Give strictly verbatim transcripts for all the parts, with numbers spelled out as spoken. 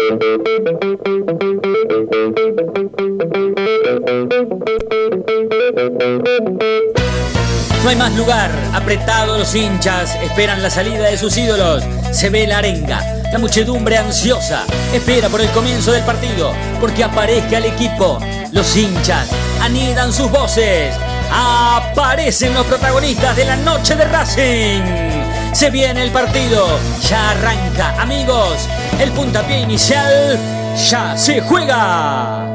No hay más lugar, apretados los hinchas, esperan la salida de sus ídolos. Se ve la arenga, la muchedumbre ansiosa, espera por el comienzo del partido, porque aparezca el equipo. Los hinchas anidan sus voces, aparecen los protagonistas de la noche de Racing. Se viene el partido, ya arranca, amigos, el puntapié inicial ya se juega.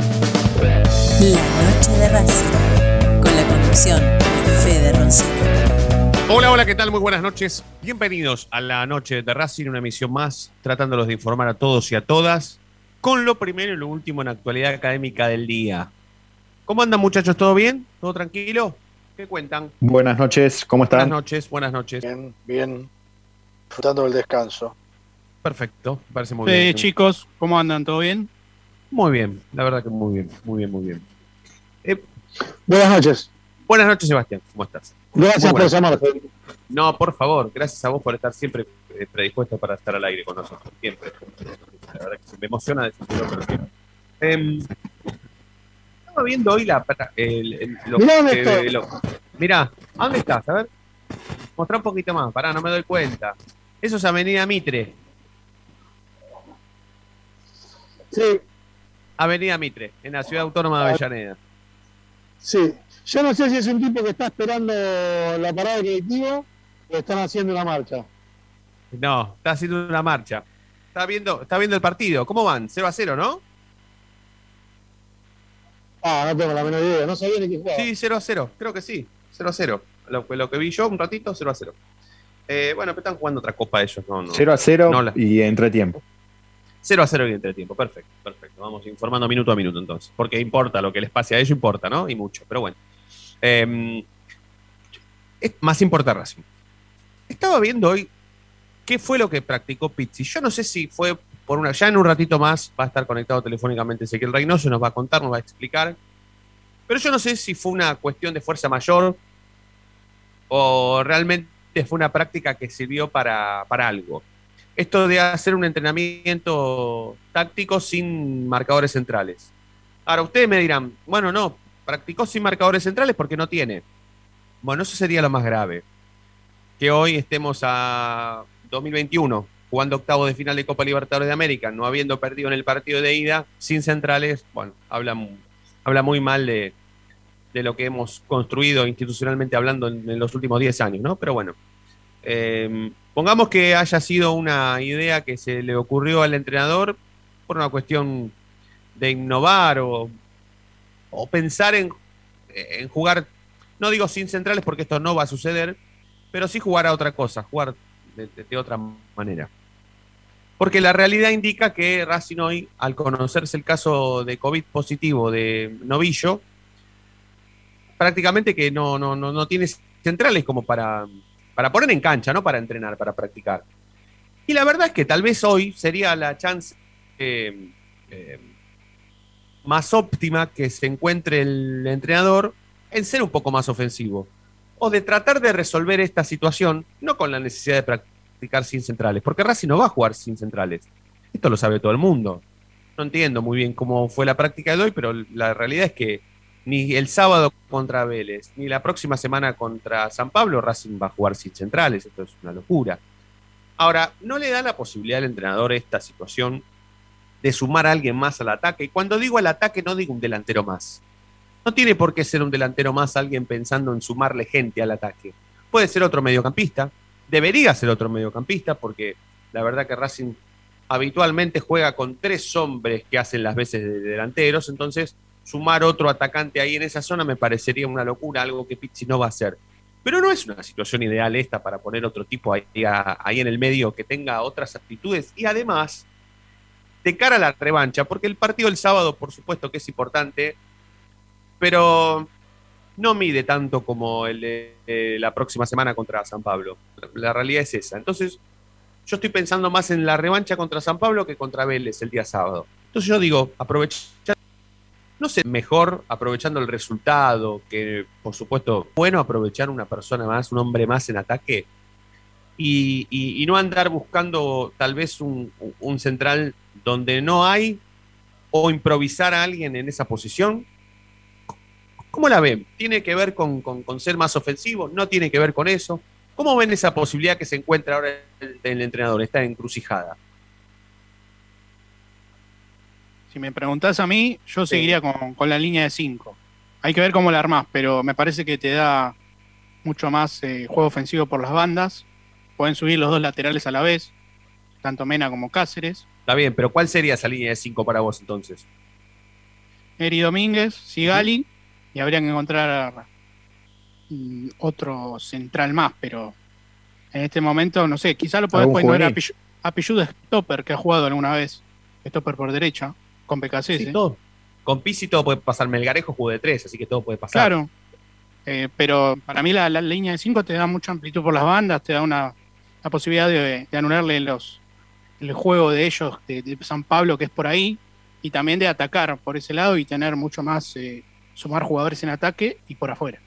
La noche de Racing, con la conducción de Fede Roncino. Hola, hola, ¿qué tal? Muy buenas noches. Bienvenidos a la noche de Racing, una emisión más, tratándolos de informar a todos y a todas, con lo primero y lo último en la actualidad académica del día. ¿Cómo andan, muchachos? ¿Todo bien? ¿Todo tranquilo? ¿Qué cuentan? Buenas noches, ¿cómo están? Buenas noches, buenas noches. Bien, bien. Disfrutando del descanso. Perfecto, me parece muy Eh, bien. chicos, ¿cómo andan? ¿Todo bien? Muy bien, la verdad que muy bien, muy bien, muy bien. Eh, Buenas noches. buenas noches, Sebastián, ¿cómo estás? Gracias Muy por buenas. llamar. No, por favor, gracias a vos por estar siempre eh, predispuesto para estar al aire con nosotros, siempre. La verdad que se me emociona decirlo, pero siempre. Eh, estaba viendo hoy la... El, el, lo, Mirá dónde eh, estoy. lo- mirá, ¿a dónde estás? A ver, mostrá un poquito más, pará, no me doy cuenta. Eso es Avenida Mitre, Sí, Avenida Mitre, en la Ciudad Autónoma de Avellaneda. sí. Yo no sé si es un tipo que está esperando la parada del colectivo o están haciendo una marcha. No, está haciendo una marcha. Está viendo, está viendo el partido. ¿Cómo van? cero a cero, ¿no? Ah, no tengo la menor idea. No sabía ni qué jugaba. Sí, cero a cero, creo que sí. cero a cero. Lo, que- lo que vi yo un ratito, cero a cero. Eh, bueno, pero están jugando otra copa ellos, no, no. cero a cero No la- y entretiempo. cero a cero y entretiempo, perfecto, perfecto. Vamos informando minuto a minuto entonces. Porque importa, lo que les pase a ellos importa, ¿no? Y mucho, pero bueno. Eh, es más importa Racing. Estaba viendo hoy qué fue lo que practicó Pizzi. Yo no sé si fue por una... Ya en un ratito más va a estar conectado telefónicamente Ezequiel Reynoso, nos va a contar, nos va a explicar. Pero yo no sé si fue una cuestión de fuerza mayor o realmente fue una práctica que sirvió para, para algo. Esto de hacer un entrenamiento táctico sin marcadores centrales. Ahora, ustedes me dirán, bueno, no, practicó sin marcadores centrales porque no tiene. Bueno, eso sería lo más grave. Que hoy estemos a dos mil veintiuno jugando octavos de final de Copa Libertadores de América, no habiendo perdido en el partido de ida, sin centrales, bueno, habla, mu- habla muy mal de, de lo que hemos construido institucionalmente hablando en, en los últimos diez años, ¿no? Pero bueno, eh, pongamos que haya sido una idea que se le ocurrió al entrenador por una cuestión de innovar o, o pensar en, en jugar, no digo sin centrales porque esto no va a suceder, pero sí jugar a otra cosa, jugar de, de- de otra manera. Porque la realidad indica que Racing hoy, al conocerse el caso de COVID positivo de Novillo, prácticamente que no, no, no, no tiene centrales como para, para poner en cancha, no para entrenar, para practicar. Y la verdad es que tal vez hoy sería la chance eh, eh, más óptima que se encuentre el entrenador en ser un poco más ofensivo. O de tratar de resolver esta situación, no con la necesidad de practicar sin centrales, porque Racing no va a jugar sin centrales. Esto lo sabe todo el mundo. No entiendo muy bien cómo fue la práctica de hoy, pero la realidad es que ni el sábado contra Vélez, ni la próxima semana contra San Pablo, Racing va a jugar sin centrales. Esto es una locura. Ahora, ¿no le da la posibilidad al entrenador esta situación de sumar a alguien más al ataque? Y cuando digo al ataque, no digo un delantero más. No tiene por qué ser un delantero más alguien pensando en sumarle gente al ataque. Puede ser otro mediocampista, debería ser otro mediocampista, porque la verdad que Racing habitualmente juega con tres hombres que hacen las veces de delanteros, entonces sumar otro atacante ahí en esa zona me parecería una locura, algo que Pizzi no va a hacer. Pero no es una situación ideal esta para poner otro tipo ahí, a- ahí en el medio que tenga otras actitudes y además de cara a la revancha, porque el partido del sábado por supuesto que es importante, pero no mide tanto como el de eh, la próxima semana contra San Pablo. La realidad es esa. Entonces, yo estoy pensando más en la revancha contra San Pablo que contra Vélez el día sábado. Entonces yo digo, aprovechar, no sé, mejor aprovechando el resultado, que por supuesto, bueno aprovechar una persona más, un hombre más en ataque, y, y- y no andar buscando tal vez un, un central donde no hay o improvisar a alguien en esa posición? ¿Cómo la ven? ¿Tiene que ver con, con, con ser más ofensivo? ¿No tiene que ver con eso? ¿Cómo ven esa posibilidad que se encuentra ahora el, el entrenador, esta encrucijada? Si me preguntás a mí, yo Sí. seguiría con, con la línea de cinco. Hay que ver cómo la armás, pero me parece que te da mucho más eh, juego ofensivo por las bandas. Pueden subir los dos laterales a la vez, tanto Mena como Cáceres. Está bien, pero ¿cuál sería esa línea de cinco para vos entonces? Eri Domínguez, Sigali, uh-huh. y habría que encontrar mm, otro central más, pero en este momento, no sé, quizá lo podés poner a, Pichu, a Pichu de stopper, que ha jugado alguna vez, stopper por derecha, con P K C S. Sí, todo. Con Pizzi todo puede pasar. Melgarejo jugó de tres, así que todo puede pasar. Claro, eh, pero para mí la, la línea de cinco te da mucha amplitud por las bandas, te da una la posibilidad de, de anularle los, el juego de ellos, de, de San Pablo, que es por ahí, y también de atacar por ese lado y tener mucho más, eh, sumar jugadores en ataque y por afuera.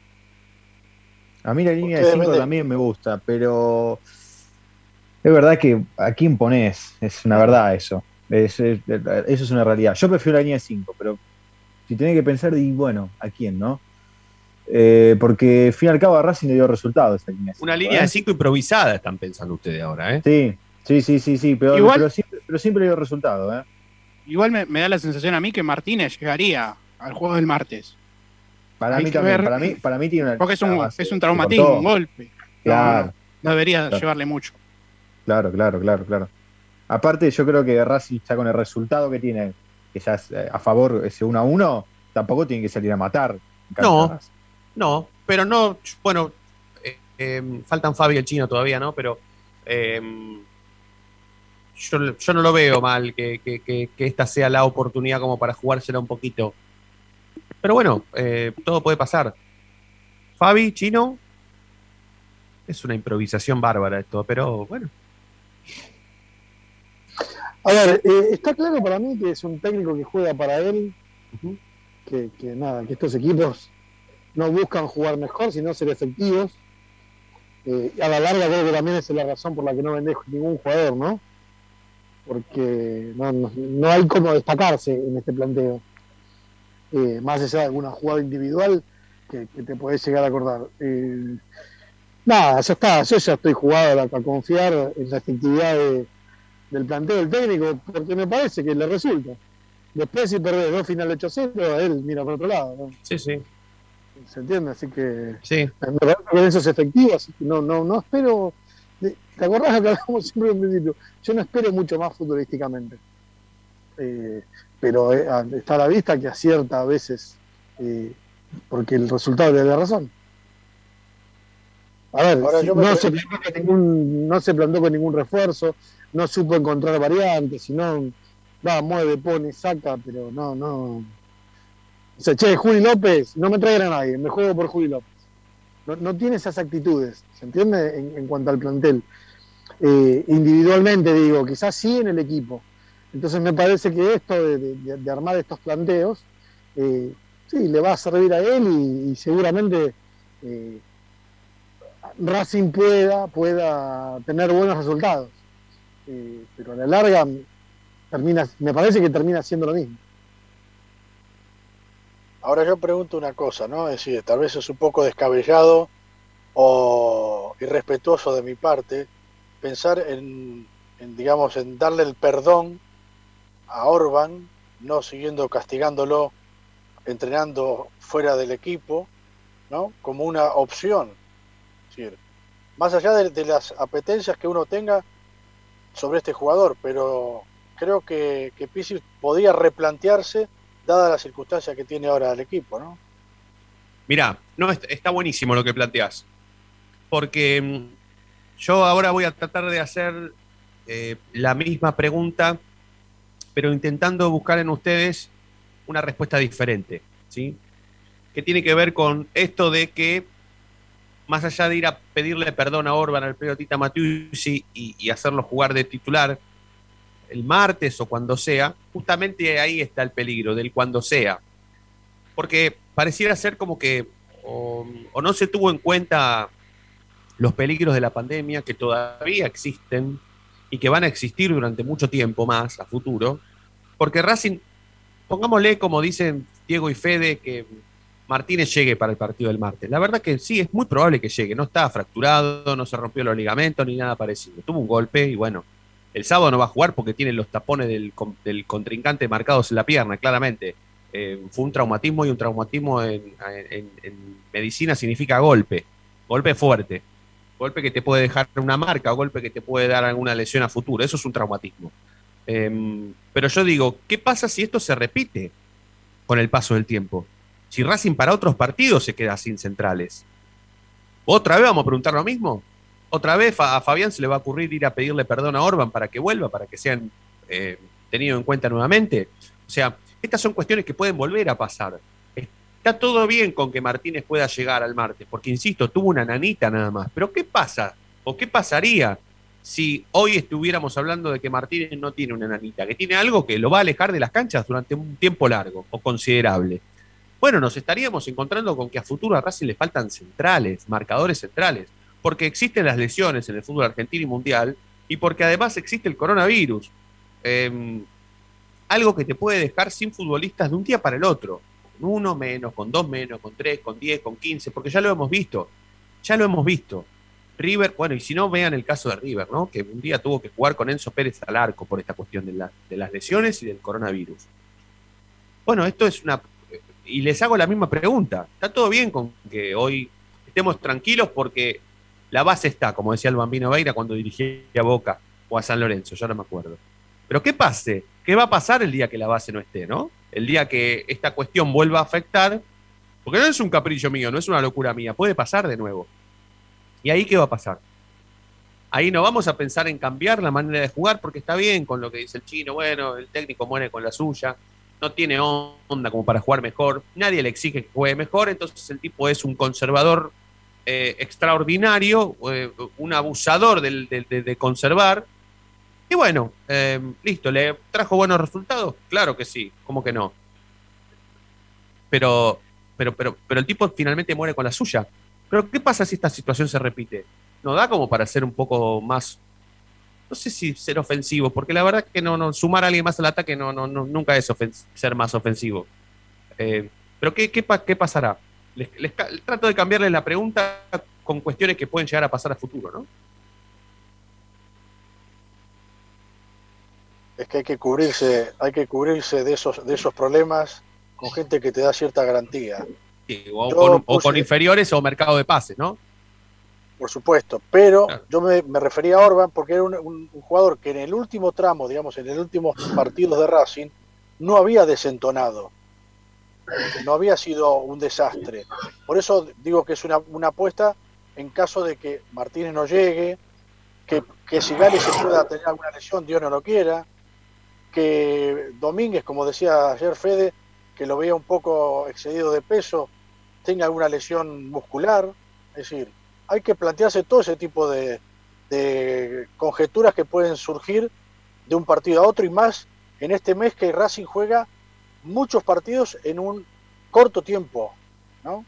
A mí la línea de cinco también me gusta, pero es verdad que ¿a quién ponés? Es una verdad eso. Es, es, eso es una realidad. Yo prefiero la línea de cinco, pero si tenés que pensar, di bueno, ¿a quién, no? Eh, porque al fin y al cabo a Racing le dio resultados esa línea de cinco, una línea ¿eh? de cinco improvisada están pensando ustedes ahora, ¿eh? Sí, sí, sí, sí, sí pero, Igual, pero, siempre, pero siempre le dio resultados, ¿eh? Igual me, me da la sensación a mí que Martínez llegaría al juego del martes. Para Hay mí que también, ver, para mí, para mí tiene una... porque es un, base, es un traumatismo, un golpe. Claro. No, no debería claro. llevarle mucho. Claro, claro, claro, claro. Aparte, yo creo que Racing ya con el resultado que tiene, que ya es a favor ese uno a uno, tampoco tiene que salir a matar. No, no, pero no, bueno, eh, eh, faltan Fabi y el Chino todavía, ¿no? Pero eh, yo, yo no lo veo mal que, que, que, que esta sea la oportunidad como para jugársela un poquito. Pero bueno, eh, todo puede pasar. Fabi, Chino, es una improvisación bárbara esto, pero bueno. A ver, eh, está claro para mí que es un técnico que juega para él, uh-huh. que, que nada, que estos equipos no buscan jugar mejor, sino ser efectivos. Eh, a la larga creo que también esa es la razón por la que no vende ningún jugador, ¿no? Porque no, no, no hay cómo destacarse en este planteo. Eh, más allá de alguna jugada individual que, que te podés llegar a acordar. Eh, nada, ya está, yo ya estoy jugado a, a confiar en la efectividad de del planteo del técnico, porque me parece que le resulta. Después, si perdés dos final ocho cero, él mira por otro lado, ¿no? Sí, sí. ¿Se entiende? Así que sí. me parece que eso es efectivo, así que no, no, no espero. ¿Te acordás que hablamos siempre en principio? Yo no espero mucho más futbolísticamente. Eh, pero eh, está a la vista que acierta a veces, eh, porque el resultado le da razón. A ver, si no, se plantó con ningún, no se plantó con ningún refuerzo, no supo encontrar variantes, sino va, mueve, pone, saca, pero no, no. O sea, che, Juli López, no me traigan a nadie, me juego por Juli López. No, no tiene esas actitudes, ¿se entiende? En, en cuanto al plantel. Eh, individualmente, digo, quizás sí en el equipo. Entonces me parece que esto de, de, de armar estos planteos, eh, sí, le va a servir a él y, y seguramente eh, Racing pueda, pueda tener buenos resultados. Eh, pero a la larga termina, me parece que termina siendo lo mismo. Ahora yo pregunto una cosa, ¿no? Es decir, tal vez es un poco descabellado o irrespetuoso de mi parte pensar en, en digamos, en darle el perdón a Orban, no siguiendo castigándolo, entrenando fuera del equipo, ¿no? Como una opción. Es decir, más allá de, de las apetencias que uno tenga sobre este jugador, pero creo que, que Pizzi podía replantearse dada la circunstancia que tiene ahora el equipo, ¿no? Mirá, no, está buenísimo lo que planteás, porque yo ahora voy a tratar de hacer eh, la misma pregunta, pero intentando buscar en ustedes una respuesta diferente, ¿sí? Que tiene que ver con esto de que, más allá de ir a pedirle perdón a Orban, al Tita Matiusi y, y hacerlo jugar de titular el martes o cuando sea, justamente ahí está el peligro del cuando sea. Porque pareciera ser como que o, o no se tuvo en cuenta los peligros de la pandemia, que todavía existen, y que van a existir durante mucho tiempo más a futuro, porque Racing, pongámosle como dicen Diego y Fede, que Martínez llegue para el partido del martes. La verdad que sí, es muy probable que llegue, no está fracturado, no se rompió los ligamentos ni nada parecido. Tuvo un golpe y bueno, el sábado no va a jugar porque tiene los tapones del, del contrincante marcados en la pierna, claramente. Eh, fue un traumatismo y un traumatismo en, en, en medicina significa golpe, golpe fuerte, golpe que te puede dejar una marca o golpe que te puede dar alguna lesión a futuro. Eso es un traumatismo. Eh, pero yo digo, ¿qué pasa si esto se repite con el paso del tiempo? Si Racing para otros partidos se queda sin centrales. ¿Otra vez vamos a preguntar lo mismo? ¿Otra vez a Fabián se le va a ocurrir ir a pedirle perdón a Orban para que vuelva, para que sean eh, tenidos en cuenta nuevamente? O sea, estas son cuestiones que pueden volver a pasar. Está todo bien con que Martínez pueda llegar al martes, porque, insisto, tuvo una nanita nada más. Pero ¿qué pasa? ¿O qué pasaría si hoy estuviéramos hablando de que Martínez no tiene una nanita, que tiene algo que lo va a alejar de las canchas durante un tiempo largo o considerable? Bueno, nos estaríamos encontrando con que a futuro a Racing le faltan centrales, marcadores centrales, porque existen las lesiones en el fútbol argentino y mundial y porque además existe el coronavirus. Eh, algo que te puede dejar sin futbolistas de un día para el otro, con uno menos, con dos menos, con tres, con diez, con quince, porque ya lo hemos visto, ya lo hemos visto. River, bueno, y si no, vean el caso de River, ¿no? Que un día tuvo que jugar con Enzo Pérez al arco por esta cuestión de, la, de las lesiones y del coronavirus. Bueno, esto es una... Y les hago la misma pregunta. ¿Está todo bien con que hoy estemos tranquilos porque la base está, como decía el Bambino Veira cuando dirigía a Boca o a San Lorenzo? Ya no me acuerdo. Pero ¿qué pase? ¿Qué va a pasar el día que la base no esté, no? El día que esta cuestión vuelva a afectar, porque no es un capricho mío, no es una locura mía, puede pasar de nuevo. ¿Y ahí qué va a pasar? Ahí no vamos a pensar en cambiar la manera de jugar, porque está bien con lo que dice el chino, bueno, el técnico muere con la suya, no tiene onda como para jugar mejor, nadie le exige que juegue mejor, entonces el tipo es un conservador eh, extraordinario, eh, un abusador de, de, de, de conservar, y bueno, eh, listo, ¿le trajo buenos resultados? Claro que sí, ¿cómo que no? Pero, pero, pero, pero el tipo finalmente muere con la suya. Pero ¿qué pasa si esta situación se repite? ¿No da como para ser un poco más, no sé si ser ofensivo, porque la verdad es que no, no sumar a alguien más al ataque no, no, no, nunca es ofens- ser más ofensivo. Eh, pero ¿qué, qué, qué pasará? Les, les, les trato de cambiarle la pregunta con cuestiones que pueden llegar a pasar a futuro, ¿no? Es que hay que cubrirse, hay que cubrirse de esos, de esos problemas con gente que te da cierta garantía. Sí, o, con, puse, o con inferiores o mercado de pases, ¿no? Por supuesto, pero claro. yo me, me refería a Orban porque era un, un, un jugador que en el último tramo, digamos, en el último partido de Racing, no había desentonado, no había sido un desastre. Por eso digo que es una, una apuesta en caso de que Martínez no llegue, que, que Sigali se pueda tener alguna lesión, Dios no lo quiera, que Domínguez, como decía ayer Fede, que lo veía un poco excedido de peso, tenga alguna lesión muscular. Es decir, hay que plantearse todo ese tipo de, de conjeturas que pueden surgir de un partido a otro, y más en este mes que Racing juega muchos partidos en un corto tiempo, ¿no?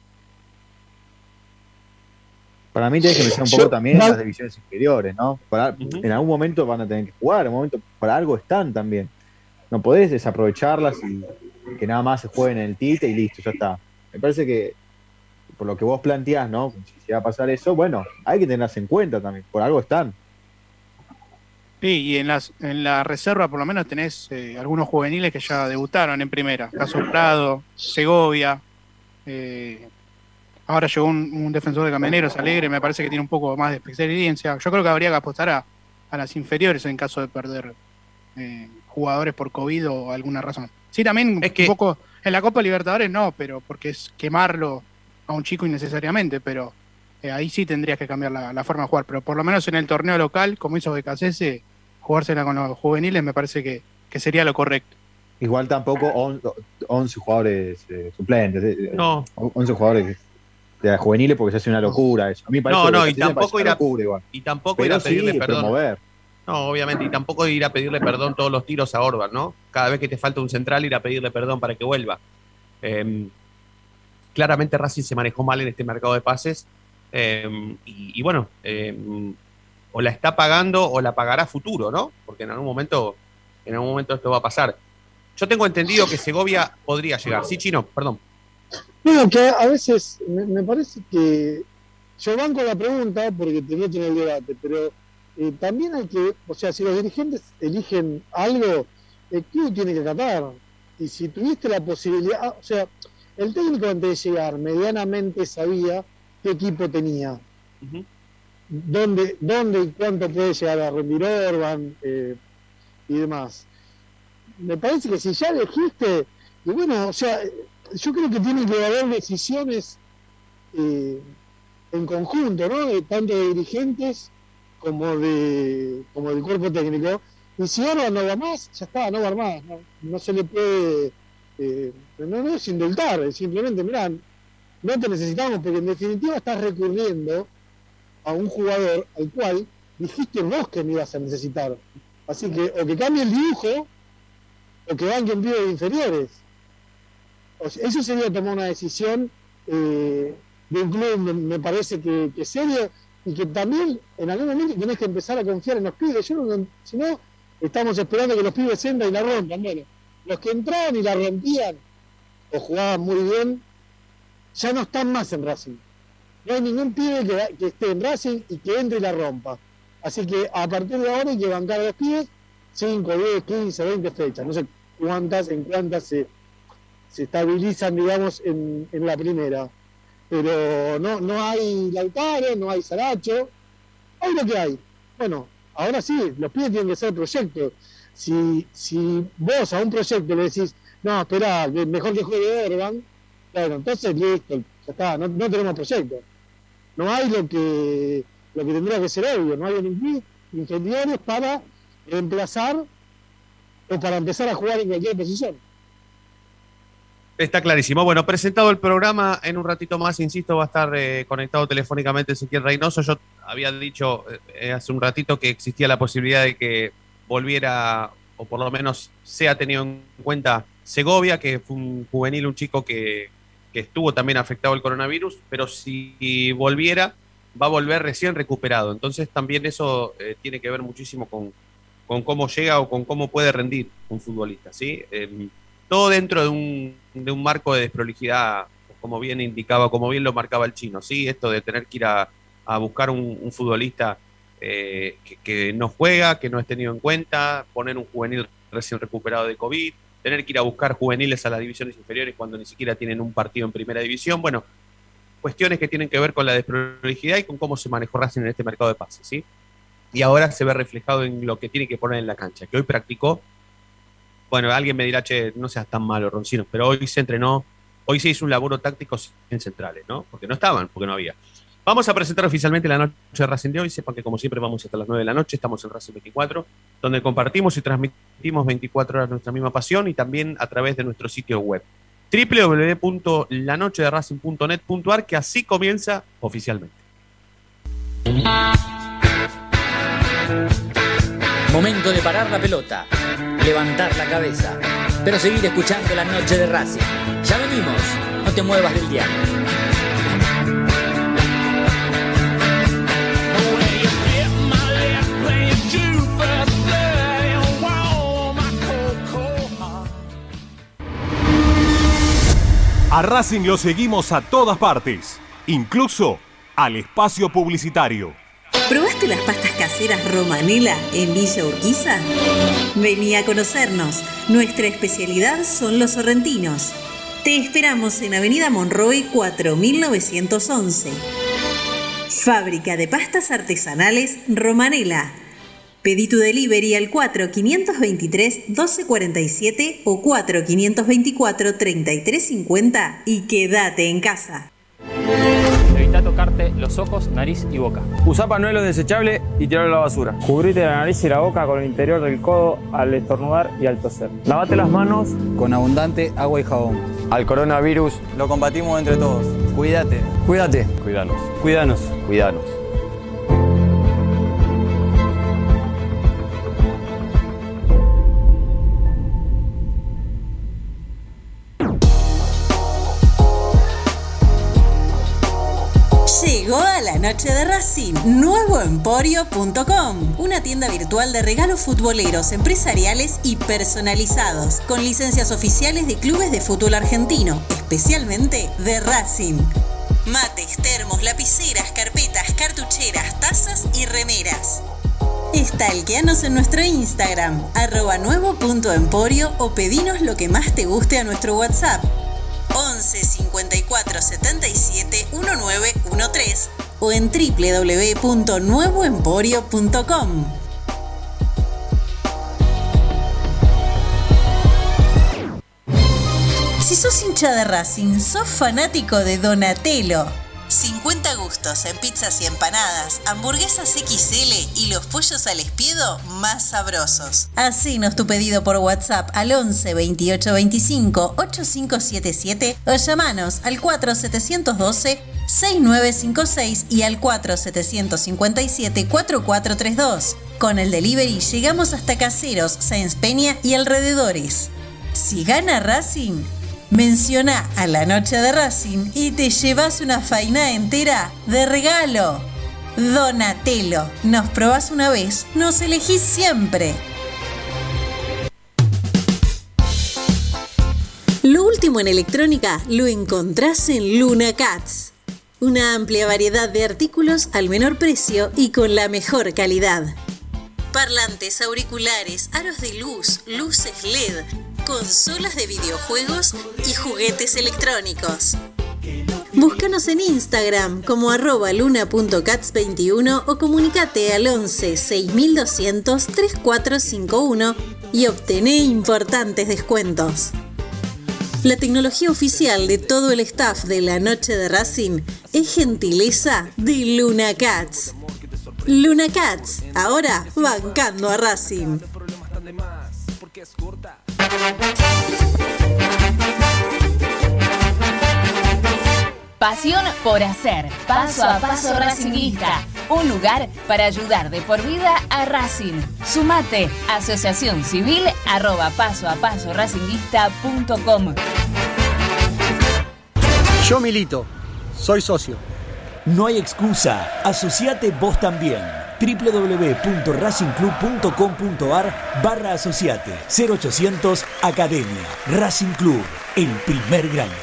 Para mí tiene que pensar un poco también en las divisiones inferiores, ¿no? Para, uh-huh. En algún momento van a tener que jugar, en un momento para algo están también. No podés desaprovecharlas y que nada más se jueguen en el tite y listo, ya está. Me parece que por lo que vos planteás, ¿no? Si se va a pasar eso, bueno, hay que tenerlas en cuenta también, por algo están. Sí, y en, las, en la reserva por lo menos tenés eh, algunos juveniles que ya debutaron en primera. Caso Prado, Segovia, eh, ahora llegó un, un defensor de Camioneros, Alegre, me parece que tiene un poco más de experiencia. Yo creo que habría que apostar a, a las inferiores en caso de perder eh, jugadores por COVID o alguna razón. Sí, también es que un poco en la Copa Libertadores no, pero porque es quemarlo a un chico innecesariamente, pero eh, ahí sí tendrías que cambiar la, la forma de jugar. Pero por lo menos en el torneo local, como hizo Becasese, jugársela con los juveniles me parece que, que sería lo correcto. Igual tampoco once jugadores eh, suplentes, no. once jugadores de juveniles porque se hace una locura eso. A mí parece no, no, y tampoco, ir a, locura, y tampoco ir a pedirle sí, perdón. Promover. No, obviamente, y tampoco ir a pedirle perdón todos los tiros a Orban, ¿no? Cada vez que te falta un central, ir a pedirle perdón para que vuelva. Eh, claramente Racing se manejó mal en este mercado de pases. Eh, y, y bueno, eh, o la está pagando o la pagará a futuro, ¿no? Porque en algún momento, en algún momento esto va a pasar. Yo tengo entendido que Segovia podría llegar. Sí, Chino, perdón. No, que a veces me, me parece que yo banco la pregunta porque te meto en el debate, pero eh, también hay que, o sea, si los dirigentes eligen algo, el club tiene que acatar. Y si tuviste la posibilidad, o sea, el técnico antes de llegar medianamente sabía qué equipo tenía, uh-huh. dónde, dónde y cuánto puede llegar a rendir Orban eh, y demás. Me parece que si ya elegiste, y bueno, o sea, yo creo que tiene que haber decisiones eh, en conjunto, ¿no? De, tanto de dirigentes como de como del cuerpo técnico. Y si Orban no va más, ya está, no va más. No, no se le puede, eh, no, no es indultar, es simplemente, mirá, no te necesitamos, porque en definitiva estás recurriendo a un jugador al cual dijiste vos que no ibas a necesitar. Así que o que cambie el dibujo, o que banque en pibes inferiores. O sea, eso sería tomar una decisión eh, de un club, me, me parece que, que serio, y que también en algún momento tenés que empezar a confiar en los pibes. Yo no, si no, estamos esperando que los pibes entren y la rompan. Bueno, los que entraban y la rompían, o jugaban muy bien, ya no están más en Racing. No hay ningún pibe que, que esté en Racing y que entre y la rompa. Así que a partir de ahora hay que bancar a los pibes cinco, diez, quince, veinte fechas. No sé cuántas, en cuántas se, se estabilizan, digamos, en, en la primera. Pero no, no hay Lautaro, no hay Saracho. Hay lo que hay. Bueno, ahora sí, los pibes tienen que ser proyectos. Si, si vos a un proyecto le decís, no, espera, mejor que juegue Orban, claro, entonces listo, ya está, no, no tenemos proyecto. No hay lo que lo que tendría que ser obvio, no hay ingenieros para reemplazar o para empezar a jugar en cualquier posición. Está clarísimo. Bueno, presentado el programa, en un ratito más, insisto, va a estar eh, conectado telefónicamente Ezequiel Reynoso. Yo había dicho eh, hace un ratito que existía la posibilidad de que volviera, o por lo menos sea tenido en cuenta Segovia, que fue un juvenil, un chico que, que estuvo también afectado al coronavirus, pero si volviera, va a volver recién recuperado. Entonces también eso eh, tiene que ver muchísimo con, con cómo llega o con cómo puede rendir un futbolista, ¿sí? Eh, todo dentro de un, de un marco de desprolijidad, como bien indicaba, como bien lo marcaba el Chino, ¿sí? Esto de tener que ir a, a buscar un, un futbolista eh, que, que no juega, que no es tenido en cuenta, poner un juvenil recién recuperado de COVID, tener que ir a buscar juveniles a las divisiones inferiores cuando ni siquiera tienen un partido en primera división. Bueno, cuestiones que tienen que ver con la desprolijidad y con cómo se manejó Racing en este mercado de pases, ¿sí? Y ahora se ve reflejado en lo que tiene que poner en la cancha, que hoy practicó. Bueno, alguien me dirá, che, no seas tan malo, Roncino, pero hoy se entrenó, hoy se hizo un laburo táctico en centrales, ¿no? Porque no estaban, porque no había. Vamos a presentar oficialmente la noche de Racing de hoy. Sepan que como siempre vamos hasta las nueve de la noche, estamos en Racing veinticuatro, donde compartimos y transmitimos veinticuatro horas nuestra misma pasión y también a través de nuestro sitio web, doble u doble u doble u punto la noche de racing punto net punto a r, que así comienza oficialmente. Momento de parar la pelota, levantar la cabeza, pero seguir escuchando la noche de Racing. Ya venimos, no te muevas del diario. A Racing lo seguimos a todas partes, incluso al espacio publicitario. ¿Probaste las pastas caseras Romanela en Villa Urquiza? Vení a conocernos. Nuestra especialidad son los sorrentinos. Te esperamos en Avenida Monroy cuatro mil novecientos once. Fábrica de pastas artesanales Romanela. Pedí tu delivery al cuatro quinientos veintitrés doce cuarenta y siete o cuatro quinientos veinticuatro treinta y tres cincuenta y quédate en casa. Evita tocarte los ojos, nariz y boca. Usa pañuelo desechable y tirarlo a la basura. Cubrite la nariz y la boca con el interior del codo al estornudar y al toser. Lavate las manos con abundante agua y jabón. Al coronavirus lo combatimos entre todos. Cuídate. Cuídate. Cuídanos. Cuídanos. Cuídanos. Llegó a a la noche de Racing, nuevo emporio punto com, una tienda virtual de regalos futboleros, empresariales y personalizados, con licencias oficiales de clubes de fútbol argentino, especialmente de Racing. Mates, termos, lapiceras, carpetas, cartucheras, tazas y remeras. Stalkeanos en nuestro Instagram, arroba nuevo punto emporio, o pedinos lo que más te guste a nuestro WhatsApp, once cincuenta y cuatro setenta y siete diecinueve trece, o en doble u doble u doble u punto nuevo emporio punto com. Si sos hincha de Racing, sos fanático de Donatello. cincuenta gustos en pizzas y empanadas, hamburguesas equis ele y los pollos al espiedo más sabrosos. Hacenos tu pedido por WhatsApp al once veintiocho veinticinco ochenta y cinco setenta y siete o llamanos al cuatro siete uno dos seis nueve cinco seis y al cuatro siete cinco siete cuatro cuatro tres dos. Con el delivery llegamos hasta Caseros, Sáenz Peña y alrededores. Si gana Racing, menciona a la noche de Racing y te llevas una faina entera de regalo. Donatello, nos probás una vez, nos elegís siempre. Lo último en electrónica lo encontrás en Luna Cats. Una amplia variedad de artículos al menor precio y con la mejor calidad. Parlantes, auriculares, aros de luz, luces L E D, consolas de videojuegos y juguetes electrónicos. Búscanos en Instagram como arroba luna punto cats veintiuno o comunicate al once seis mil doscientos treinta y cuatro cincuenta y uno y obtené importantes descuentos. La tecnología oficial de todo el staff de la noche de Racing es gentileza de Luna Cats. Luna Cats, ahora bancando a Racing. Pasión por hacer, paso a paso racinguista. Un lugar para ayudar de por vida a Racing. Sumate, asociación civil arroba paso a paso racinguista punto com. Yo milito, soy socio. No hay excusa, asociate vos también. doble u doble u doble u punto racing club punto com punto ar barra asociate. cero ochocientos Academia. Racing Club, el primer grande.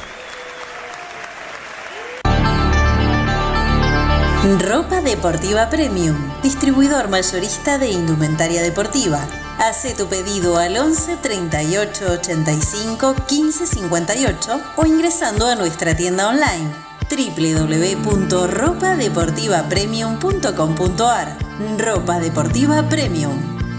Ropa Deportiva Premium, distribuidor mayorista de indumentaria deportiva. Hace tu pedido al once treinta y ocho ochenta y cinco quince cincuenta y ocho o ingresando a nuestra tienda online doble u doble u doble u punto ropa deportiva premium punto com punto ar. Ropa Deportiva Premium.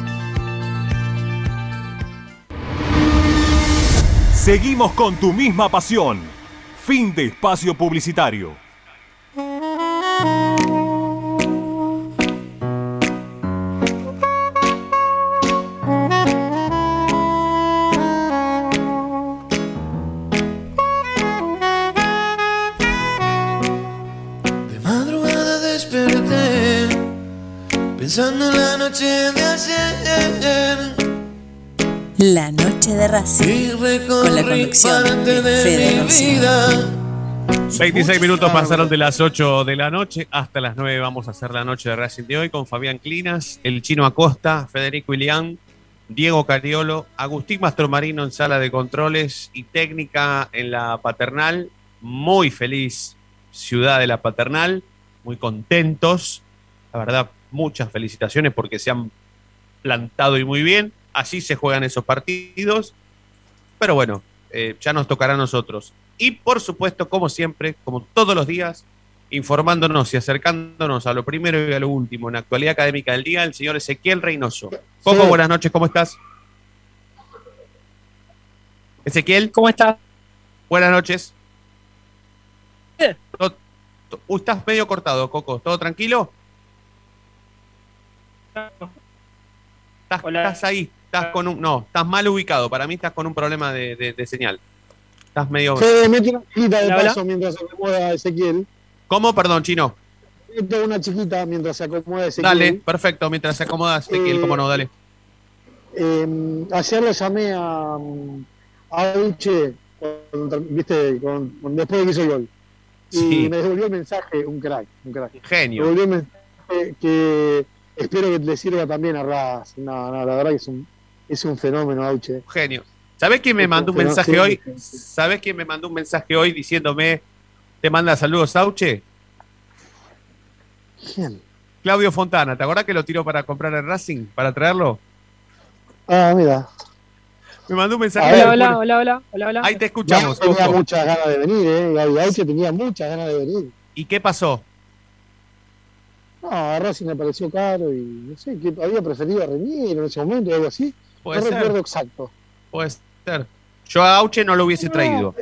Seguimos con tu misma pasión. Fin de espacio publicitario. Pensando en la noche de ayer, La noche de Racing, con la conducción de Fede Rocío. veintiséis minutos pasaron de las ocho de la noche hasta las nueve. Vamos a hacer la noche de Racing de hoy con Fabián Clinas, el Chino Acosta, Federico Ilián, Diego Cariolo, Agustín Mastromarino en sala de controles y técnica en la Paternal. Muy feliz ciudad de la Paternal, muy contentos, la verdad. Muchas felicitaciones porque se han plantado y muy bien. Así se juegan esos partidos. Pero bueno, eh, ya nos tocará a nosotros. Y por supuesto, como siempre, como todos los días, informándonos y acercándonos a lo primero y a lo último en la actualidad académica del día, el señor Ezequiel Reynoso. Coco, sí. Buenas noches, ¿cómo estás? Ezequiel. ¿Cómo estás? Buenas noches. ¿Todo, todo, uh, estás medio cortado, Coco. ¿Todo tranquilo? Estás, estás ahí, estás con un. No, estás mal ubicado. Para mí estás con un problema de, de, de señal. Estás medio. Se mete una chiquita de paso mientras se acomoda Ezequiel. ¿Cómo? Perdón, Chino. Mete una chiquita mientras se acomoda Ezequiel. Dale, perfecto, mientras se acomoda Ezequiel, eh, cómo no, dale. Eh, ayer lo llamé a, a Uche, viste, con, con, después de que hizo el gol. y Sí. me devolvió el mensaje, un crack, un crack. Genio. Me devolvió el mensaje que espero que le sirva también a Racing. No, no, la verdad que es un, es un fenómeno, Auche. Genio. ¿Sabés quién me mandó un Pero mensaje sí, hoy? sí, sí. ¿Sabés quién me mandó un mensaje hoy diciéndome, te manda saludos, Sauche? ¿Quién? Claudio Fontana. ¿Te acordás que lo tiró para comprar el Racing? ¿Para traerlo? Ah, mira. Me mandó un mensaje. Hola, hola, hola, hola, hola, hola. Ahí te escuchamos. Gaby tenía Coco. muchas ganas de venir, ¿eh? Gaby Auche tenía muchas ganas de venir. ¿Y qué pasó? No, a Racing me pareció caro y no sé, que había preferido a Renier en ese momento o algo así. Puede no ser. recuerdo exacto. Puede ser. Yo a Auche no lo hubiese traído.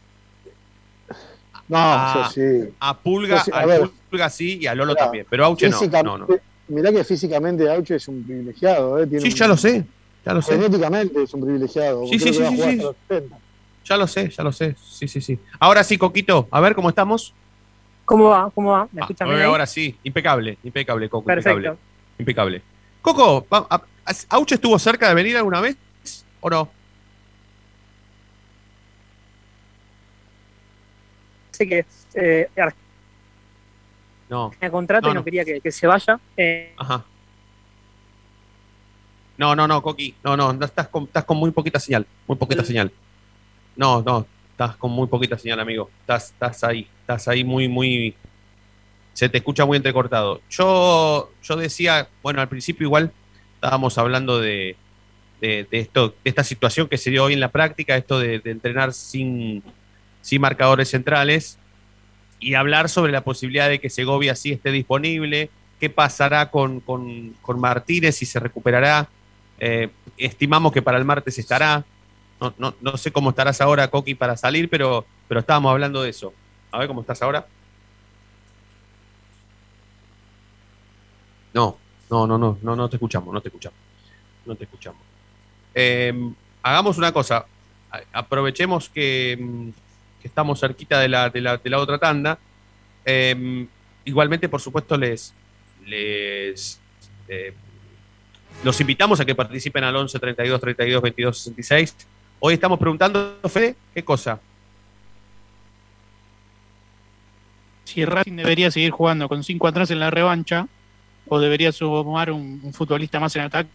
No, a, yo sí. a Pulga, Yo sí, a al ver. Pulga sí y a Lolo Mirá, también. Pero a Auche no. Físicamente, no, no. Mirá que físicamente Auche es un privilegiado, ¿eh? Tiene Sí, un- ya lo sé. Ya lo sé. Genéticamente es un privilegiado. Sí, Creo sí, que va a sí, jugar sí, hasta sí. los setenta. Ya lo sé, ya lo sé. Sí, sí, sí. Ahora sí, Coquito. A ver cómo estamos. ¿Cómo va? ¿Cómo va? ¿Me Ah, escuchan ahora, bien ahí? ahora sí. Impecable, impecable, Coco. Perfecto. Impecable. Impecable. Coco, va- a- a- ¿Auche estuvo cerca de venir alguna vez o no? Sé que eh, No. me contrato No, y no no. quería que, que se vaya. Eh, Ajá. No, no, no, Coqui. No, no, no, estás con, estás con muy poquita señal. Muy poquita señal. No, no, estás con muy poquita señal, amigo. Estás, estás ahí. Estás ahí muy, muy. Se te escucha muy entrecortado. Yo, yo decía, bueno, al principio igual estábamos hablando de, de, de esto, de esta situación que se dio hoy en la práctica, esto de, de entrenar sin, sin marcadores centrales y hablar sobre la posibilidad de que Segovia sí esté disponible, qué pasará con, con, con Martínez, si se recuperará. Eh, estimamos que para el martes estará. No, no, no sé cómo estarás ahora, Coqui, para salir, pero, pero estábamos hablando de eso. A ver cómo estás ahora. No, no, no, no, no, no te escuchamos, no te escuchamos. No te escuchamos. Eh, hagamos una cosa. A- Aprovechemos que, mm, que estamos cerquita de la, de la, de la otra tanda. Eh, igualmente, por supuesto, les, les eh, los invitamos a que participen al once treinta y dos treinta y dos veintidós sesenta y seis. Hoy estamos preguntando, Fede, ¿qué cosa? Si Racing debería seguir jugando con cinco atrás en la revancha o debería sumar un, un futbolista más en ataque.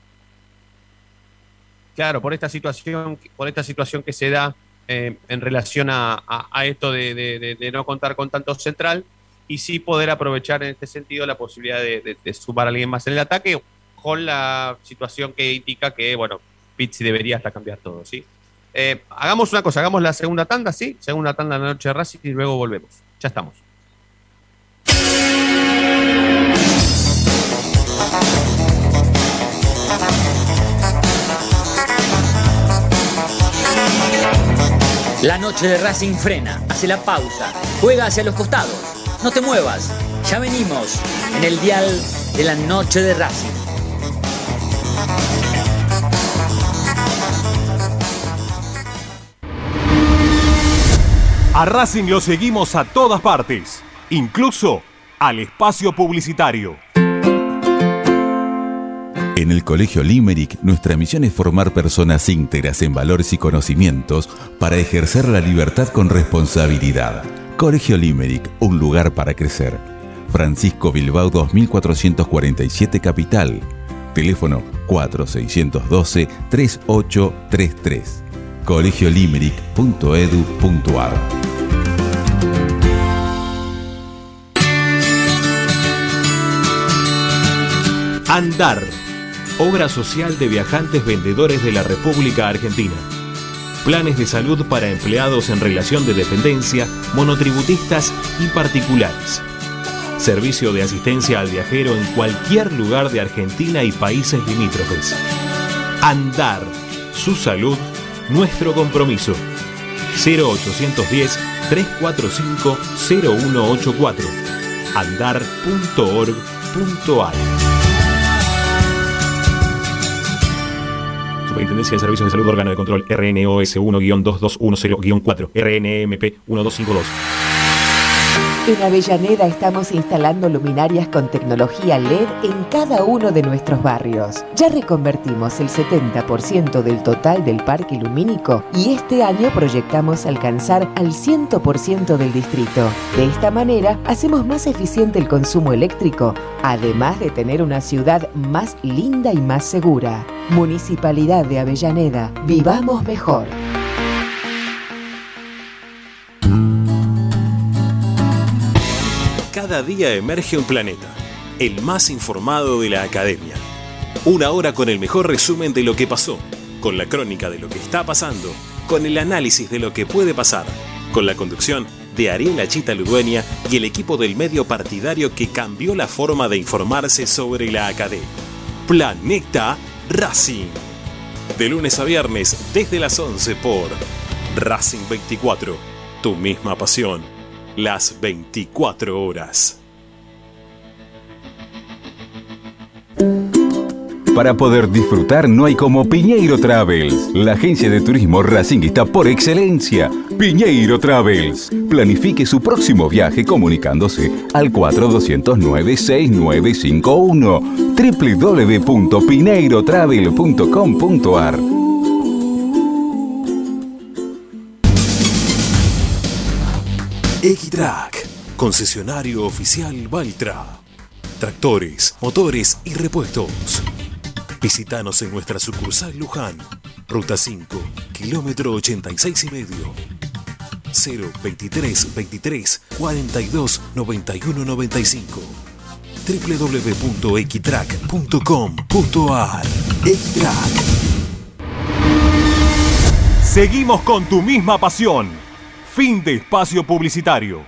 Claro, por esta situación, por esta situación que se da eh, en relación a, a- a esto de, de- de- de no contar con tanto central y sí poder aprovechar en este sentido la posibilidad de, de- de sumar a alguien más en el ataque con la situación que indica que, bueno, Pizzi debería hasta cambiar todo, ¿sí? Eh, hagamos una cosa, hagamos la segunda tanda, ¿sí? Segunda tanda de la noche de Racing y luego volvemos. Ya estamos. La noche de Racing frena, hace la pausa, juega hacia los costados. No te muevas, ya venimos en el dial de la noche de Racing. A Racing lo seguimos a todas partes, incluso al espacio publicitario. En el Colegio Limerick, nuestra misión es formar personas íntegras en valores y conocimientos para ejercer la libertad con responsabilidad. Colegio Limerick, un lugar para crecer. Francisco Bilbao dos mil cuatrocientos cuarenta y siete Capital. Teléfono cuatro seis uno dos, tres ocho tres tres. colegio limerick punto edu punto ar. Andar, obra social de viajantes vendedores de la República Argentina. Planes de salud para empleados en relación de dependencia, monotributistas y particulares. Servicio de asistencia al viajero en cualquier lugar de Argentina y países limítrofes. Andar, su salud, nuestro compromiso. cero ochocientos diez, trescientos cuarenta y cinco, cero uno ocho cuatro. andar punto org punto ar. Superintendencia de Servicios de Salud, órgano de control R N O S uno guion dos dos uno cero guion cuatro, R N M P uno dos cinco dos. En Avellaneda estamos instalando luminarias con tecnología L E D en cada uno de nuestros barrios. Ya reconvertimos el setenta por ciento del total del parque lumínico y este año proyectamos alcanzar al cien por ciento del distrito. De esta manera, hacemos más eficiente el consumo eléctrico, además de tener una ciudad más linda y más segura. Municipalidad de Avellaneda. Vivamos mejor. Cada día emerge un planeta, el más informado de la academia. Una hora con el mejor resumen de lo que pasó, con la crónica de lo que está pasando, con el análisis de lo que puede pasar, con la conducción de Ariel Achita Ludueña y el equipo del medio partidario que cambió la forma de informarse sobre la academia. Planeta Racing. De lunes a viernes desde las once por Racing veinticuatro. Tu misma pasión. Las veinticuatro horas. Para poder disfrutar no hay como Piñeiro Travels, la agencia de turismo racinguista por excelencia. Piñeiro Travels. Planifique su próximo viaje comunicándose al cuatro dos cero nueve seis nueve cinco uno doble u doble u doble u punto pineiro travel punto com punto a r. Equitrack, concesionario oficial Valtra. Tractores, motores y repuestos. Visítanos en nuestra sucursal Luján, Ruta cinco, kilómetro ochenta y seis y medio. cero veintitrés veintitrés cuarenta y dos noventa y uno noventa y cinco. doble u doble u doble u punto equitrack punto com punto a r. Equitrack. Seguimos con tu misma pasión. Fin de espacio publicitario.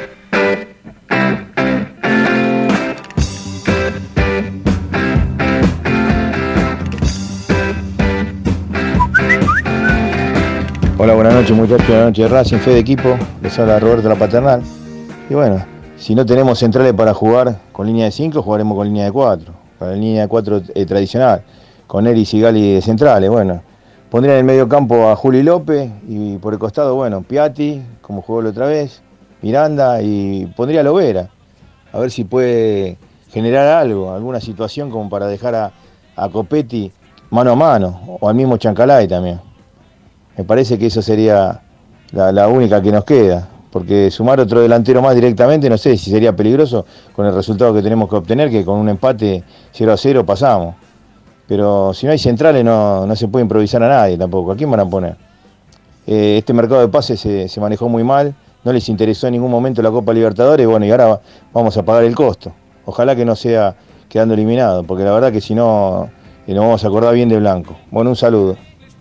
Hola, buenas noches muchachos, buenas noches Racing, fe de equipo, les habla Roberto La Paternal. Y bueno, si no tenemos centrales para jugar con línea de cinco, jugaremos con línea de cuatro, con la línea de cuatro eh, tradicional, con Eris y Gali de centrales. Bueno, pondría en el medio campo a Juli López y por el costado, bueno, Piatti, como jugó la otra vez, Miranda, y pondría a Lovera, a ver si puede generar algo, alguna situación como para dejar a, a Copetti mano a mano, o al mismo Chancalay también. Me parece que eso sería la, la única que nos queda, porque sumar otro delantero más directamente, no sé si sería peligroso con el resultado que tenemos que obtener, que con un empate cero a cero pasamos. Pero si no hay centrales no, no se puede improvisar a nadie tampoco. ¿A quién van a poner? Eh, este mercado de pases se, se manejó muy mal, no les interesó en ningún momento la Copa Libertadores, bueno, y ahora vamos a pagar el costo. Ojalá que no sea quedando eliminado, porque la verdad que si no, eh, nos vamos a acordar bien de blanco. Bueno, un saludo.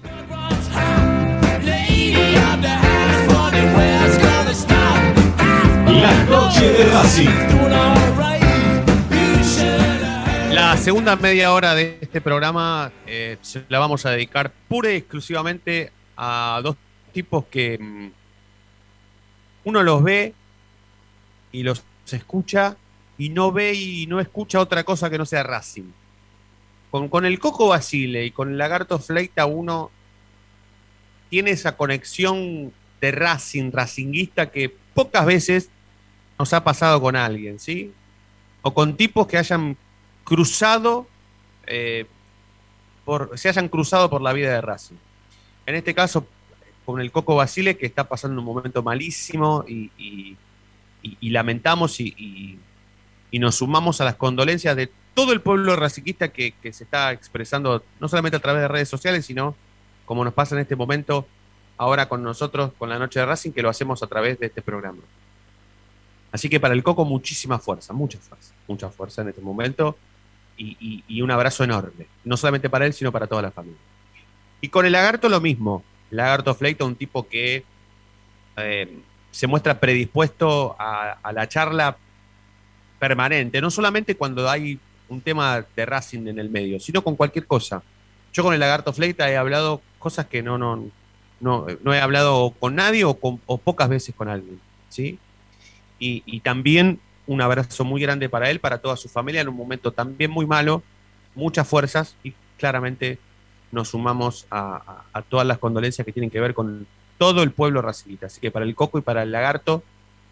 La noche de Racing. La segunda media hora de este programa eh, se la vamos a dedicar pura y exclusivamente a dos tipos que mmm, uno los ve y los escucha y no ve y no escucha otra cosa que no sea Racing. Con, con el Coco Basile y con el Lagarto Fleita uno tiene esa conexión de Racing, racinguista, que pocas veces nos ha pasado con alguien, ¿sí? O con tipos que hayan cruzado, eh, por, se hayan cruzado por la vida de Racing. En este caso, con el Coco Basile, que está pasando un momento malísimo y, y, y, y lamentamos y, y, y nos sumamos a las condolencias de todo el pueblo racinguista que, que se está expresando, no solamente a través de redes sociales, sino como nos pasa en este momento ahora con nosotros, con la Noche de Racing, que lo hacemos a través de este programa. Así que para el Coco muchísima fuerza, mucha fuerza, mucha fuerza en este momento y, y, y un abrazo enorme, no solamente para él, sino para toda la familia. Y con el Lagarto lo mismo, Lagarto Fleita, un tipo que eh, se muestra predispuesto a, a la charla permanente, no solamente cuando hay un tema de Racing en el medio, sino con cualquier cosa. Yo con el Lagarto Fleita he hablado cosas que no, no, no, no he hablado con nadie o, con, o pocas veces con alguien, ¿sí? Y, y también un abrazo muy grande para él, para toda su familia, en un momento también muy malo, muchas fuerzas, y claramente nos sumamos a, a, a todas las condolencias que tienen que ver con todo el pueblo racinguista. Así que para el Coco y para el Lagarto,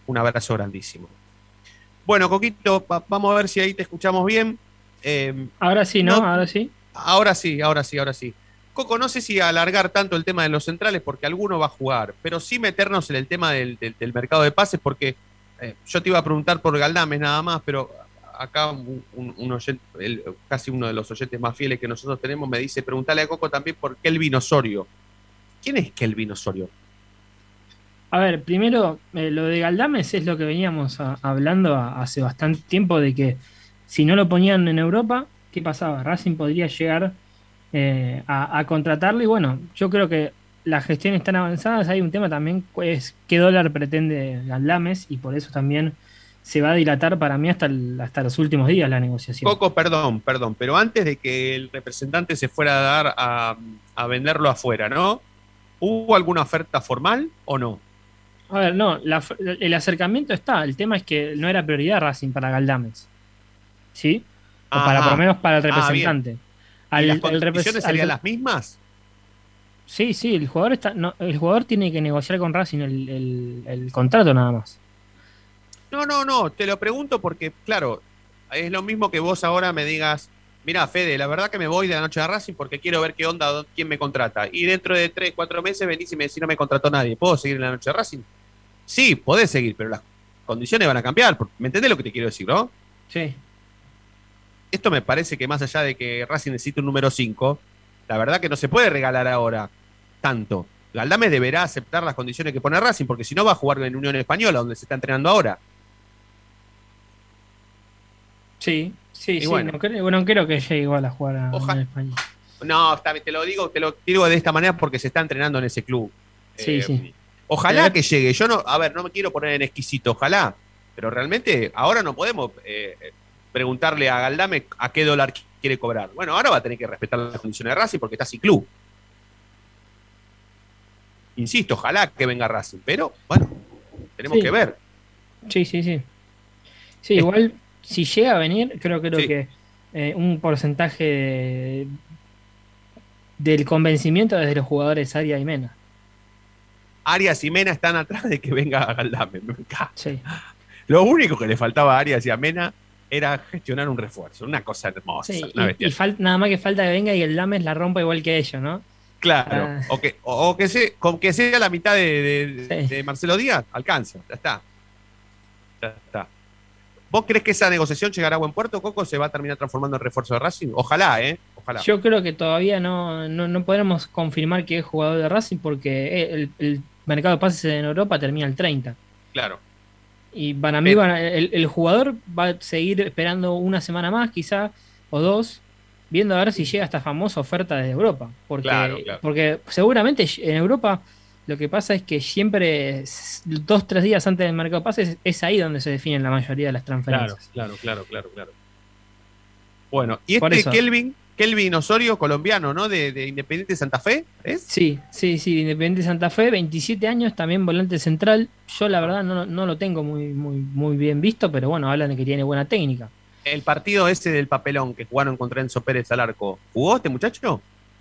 Un abrazo grandísimo. Bueno, Coquito, pa- vamos a ver si ahí te escuchamos bien. Eh, Ahora sí, ¿no? no- Ahora sí. Ahora sí, ahora sí, ahora sí. Coco, no sé si alargar tanto el tema de los centrales porque alguno va a jugar, pero sí meternos en el tema del, del- del mercado de pases porque eh, yo te iba a preguntar por Galdames nada más, pero acá un, un- un oyente, el- casi uno de los oyentes más fieles que nosotros tenemos me dice, preguntale a Coco también por Kelvin Osorio. ¿Quién es Kelvin Osorio? A ver, primero, eh, lo de Galdames es lo que veníamos a- hablando a- hace bastante tiempo de que si no lo ponían en Europa, ¿qué pasaba? Racing podría llegar eh, a, a contratarlo y bueno, yo creo que las gestiones están avanzadas. Hay un tema también, es qué dólar pretende Galdames y por eso también se va a dilatar para mí hasta, el- hasta los últimos días la negociación. Coco, perdón, perdón, pero antes de que el representante se fuera a dar a, a venderlo afuera, ¿no? ¿Hubo alguna oferta formal o no? A ver, no, la- el acercamiento está. El tema es que no era prioridad Racing para Galdames. ¿Sí? O para, por lo menos para el Ah, representante. bien. Al- ¿Y las al condiciones repres- serían al- las mismas? Sí, sí, el jugador está, no, el jugador tiene que negociar con Racing el, el- el contrato nada más. No, no, no, te lo pregunto porque, claro, es lo mismo que vos ahora me digas, mira, Fede, la verdad que me voy de la noche a Racing porque quiero ver qué onda, dó- quién me contrata. Y dentro de tres, cuatro meses venís y me decís, no me contrató nadie. ¿Puedo seguir en la noche de Racing? Sí, podés seguir, pero las condiciones van a cambiar. ¿Me entendés lo que te quiero decir, no? Sí. Esto me parece que más allá de que Racing necesite un número cinco, la verdad que no se puede regalar ahora tanto. Galdames deberá aceptar las condiciones que pone Racing, porque si no va a jugar en Unión Española, donde se está entrenando ahora. Sí, sí, Y sí. bueno. No creo, bueno, creo que llegue igual a jugar a, Ojalá. en España. No, está bien, te lo digo, te lo digo de esta manera porque se está entrenando en ese club. Sí, Eh, sí. Ojalá Pero- que llegue. Yo no, a ver, no me quiero poner en exquisito, ojalá. Pero realmente ahora no podemos eh, preguntarle a Galdames a qué dólar quiere cobrar. Bueno, ahora va a tener que respetar las condiciones de Racing porque está sin club. Insisto, ojalá que venga Racing, pero bueno, tenemos Sí. que ver. Sí, sí, sí. Sí, igual si llega a venir, creo, creo Sí. que eh, un porcentaje de- del convencimiento desde los jugadores Aria y Mena. Arias y Mena están atrás de que venga Galdames. Me encanta. Sí. Lo único que le faltaba a Arias y a Mena era gestionar un refuerzo. Una cosa hermosa. Sí, una y, bestialidad. y fal- nada más que falta que venga y el Lames la rompa igual que ellos, ¿no? Claro, Ah. o que, o, o que, se, con que sea la mitad de, de- de Marcelo Díaz, alcanza, ya está. Ya está. ¿Vos crees que esa negociación llegará a buen puerto, Coco? ¿Se va a terminar transformando en refuerzo de Racing? Ojalá, ¿eh? Ojalá. Yo creo que todavía no, no, no podremos confirmar que es jugador de Racing porque el, el mercado de pases en Europa termina el treinta. Claro. Y para mí Pero- van a- el, el jugador va a seguir esperando una semana más, quizá, o dos, viendo a ver si llega esta famosa oferta desde Europa. Porque, Claro, claro. porque seguramente en Europa lo que pasa es que siempre, s- dos, tres días antes del mercado de pases, es ahí donde se definen la mayoría de las Claro, transferencias. claro, claro, claro, claro. Bueno, y Por este eso. Kelvin, Kelvin Osorio, colombiano, ¿no? De, de Independiente Santa Fe, ¿es? Sí, sí, sí, Independiente Santa Fe, veintisiete años, también volante central. Yo la verdad no, no lo tengo muy, muy, muy bien visto, pero bueno, hablan de que tiene buena técnica. El partido ese del papelón que jugaron contra Enzo Pérez al arco, ¿jugó este muchacho?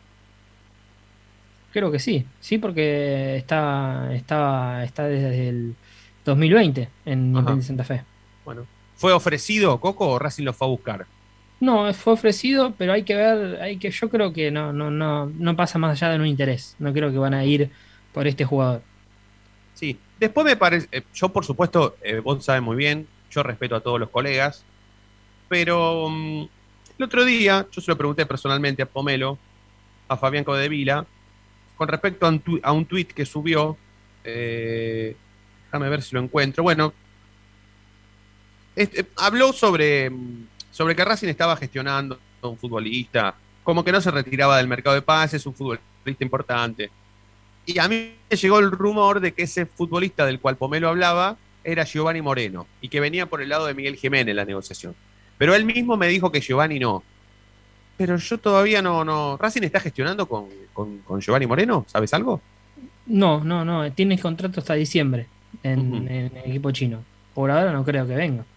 Creo que sí, sí, porque está, está, está desde el dos mil veinte en Independiente Santa Fe. Bueno, ¿fue ofrecido, Coco, o Racing lo fue a buscar? No, fue ofrecido, pero hay que ver, hay que, yo creo que no, no, no, no pasa más allá de un interés. No creo que van a ir por este jugador. Sí, después me parece, eh, yo por supuesto, eh, vos sabés muy bien, yo respeto a todos los colegas, pero mm, el otro día yo se lo pregunté personalmente a Pomelo, a Fabián Codevila, con respecto a un, tu- a un tuit que subió, eh, déjame ver si lo encuentro, bueno, este, habló sobre, mm, sobre que Racing estaba gestionando a un futbolista, como que no se retiraba del mercado de pases, un futbolista importante. Y a mí me llegó el rumor de que ese futbolista del cual Pomelo hablaba era Giovanni Moreno y que venía por el lado de Miguel Jiménez en la negociación. Pero él mismo me dijo que Giovanni no. Pero yo todavía no... no ¿Racing está gestionando con, con, con Giovanni Moreno? ¿Sabes algo? No, no, no, tiene contrato hasta diciembre en, Ujú. en el equipo chino. Por ahora no creo que venga.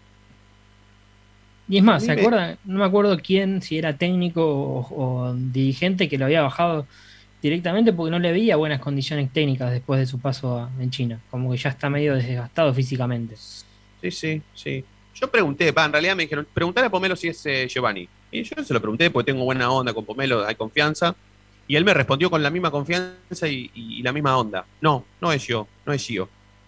Y es más, A ¿se mí me- acuerda? No me acuerdo quién, si era técnico o, o dirigente, que lo había bajado directamente porque no le veía buenas condiciones técnicas después de su paso a- en China. Como que ya está medio desgastado físicamente. Sí, sí, sí. Yo pregunté, pa, en realidad me dijeron, preguntale a Pomelo si es eh, Giovanni. Y yo se lo pregunté porque tengo buena onda con Pomelo, hay confianza. Y él me respondió con la misma confianza y, y- y la misma onda. No, no es yo, no es Gio.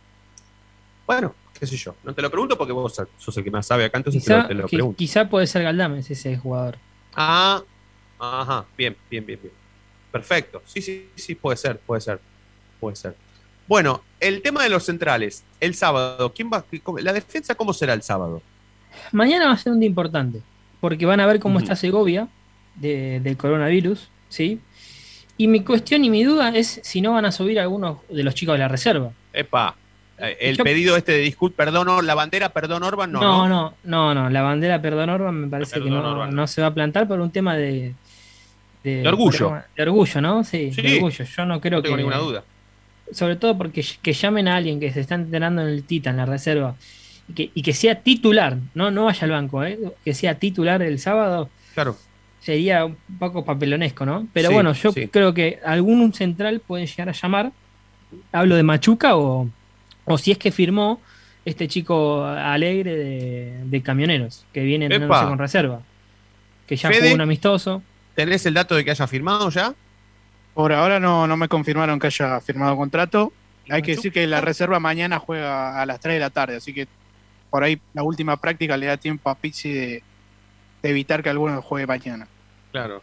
Bueno, qué sé yo. No te lo pregunto porque vos sos el que más sabe acá, entonces te Quizá, lo, te lo qui- pregunto. quizá puede ser Galdames ese jugador. Ah, ajá, bien, bien, bien, bien. Perfecto. Sí, sí, sí, puede ser, puede ser, puede ser. Bueno, el tema de los centrales, el sábado, ¿quién va? cómo- La defensa, ¿cómo será el sábado? Mañana va a ser un día importante, porque van a ver cómo Ujú. está Segovia de- del coronavirus, ¿sí? Y mi cuestión y mi duda es si no van a subir algunos de los chicos de la reserva. Epa, eh, el Yo- pedido este de disculpa, perdón, Or- la bandera, perdón, Orban, no, No, no. no, no, no, la bandera Perdón Orban me parece Perdón, que no, Orban. no se va a plantar por un tema de... De, De orgullo. por- De orgullo, ¿no? Sí, Sí, de orgullo. Yo no creo No tengo que... ninguna duda. Sobre todo porque que llamen a alguien que se está entrenando en el Tita, en la reserva, y que, y que sea titular, no, no vaya al banco, ¿eh? Que sea titular el sábado, Claro. sería un poco papelonesco, ¿no? Pero Sí, bueno, yo sí. creo que algún central puede llegar a llamar. Hablo de Machuca o, o si es que firmó este chico alegre de, de Camioneros, que viene entrenándose Epa. con reserva, que ya Fede. jugó un amistoso. ¿Tenés el dato de que haya firmado ya? Por ahora no, no me confirmaron que haya firmado contrato. Hay que Machuca? decir que la reserva mañana juega a las tres de la tarde, así que por ahí la última práctica le da tiempo a Pizzi de, de evitar que alguno juegue mañana. Claro.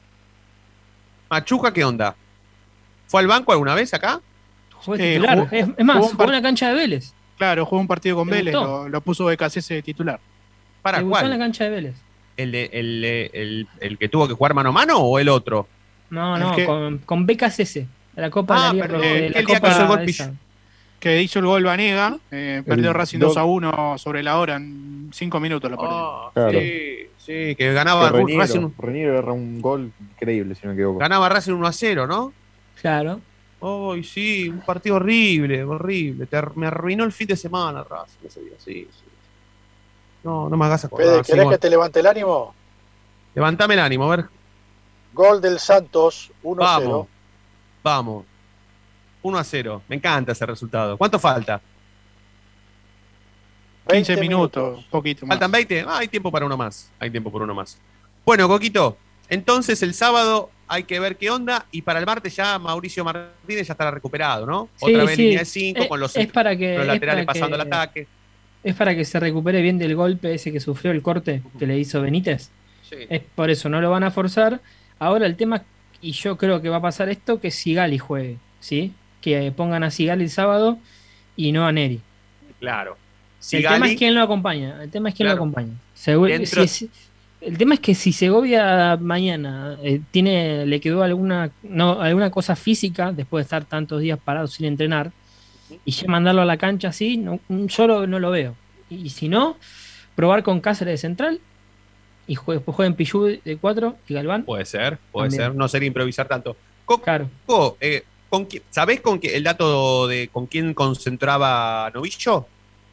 Machuca, ¿qué onda? ¿Fue al banco alguna vez acá? Fue Eh, titular. jugó- es, es más, jugó un jugó en par- la cancha de Vélez. Claro, jugó un partido con Vélez, Debutó. lo, lo puso B K C S de titular. ¿Para Debutó en la cuál? cancha de Vélez. ¿El, de, el, de- el, el que tuvo que jugar mano a mano o el otro? No, El no, que- con, con B K C S, de la Copa Ah, de la Liga. pero, de eh, la el día que Copa hizo el gol esa. Pichu. Que hizo el gol Vanega, eh, perdió El Racing Doc- dos a uno sobre la hora, en cinco minutos lo perdió. Ah, Claro. sí, sí, que ganaba Que Reniero, Racing, Reniero era un gol increíble, si no me equivoco. ganaba Racing uno a cero, ¿no? Claro. Ay, sí, un partido horrible, horrible. Te ar- me arruinó el fin de semana, Racing, ese día, sí, sí. No, no me hagas acordar. Fede, sí, ¿querés bueno. que te levante el ánimo? Levantame el ánimo, a ver. Gol del Santos, uno a Vamos, cero. vamos. uno a cero. Me encanta ese resultado. ¿Cuánto falta? quince veinte minutos, minutos. un poquito más. ¿Faltan veinte? Ah, hay tiempo para uno más. Hay tiempo por uno más. Bueno, Coquito, entonces el sábado hay que ver qué onda. Y para el martes ya Mauricio Martínez ya estará recuperado, ¿no? Sí, Otra vez sí. línea de cinco Eh, con los, es para que, los es laterales para pasando que- el ataque. Es para que se recupere bien del golpe ese que sufrió, el corte que le hizo Benítez. Sí. Es por eso, no lo van a forzar. Ahora el tema, y yo creo que va a pasar esto, que Sigali juegue, ¿sí? Que pongan a Sigali el sábado y no a Neri. Claro. El tema Sigali, es quién lo acompaña. El tema es quién Claro. lo acompaña. Segu- Dentro- si- si- el tema es que si Segovia mañana eh, tiene, le quedó alguna, no, alguna cosa física después de estar tantos días parado sin entrenar y ya mandarlo a la cancha así, no, yo lo- no lo veo. Y si no, probar con Cáceres de central y jue- después jueguen Pichu de cuatro y Galván. puede ser, puede También. ser. No sería improvisar tanto. Coco, Claro. eh, ¿con qui- ¿sabés con qué, el dato de con quién concentraba Novillo?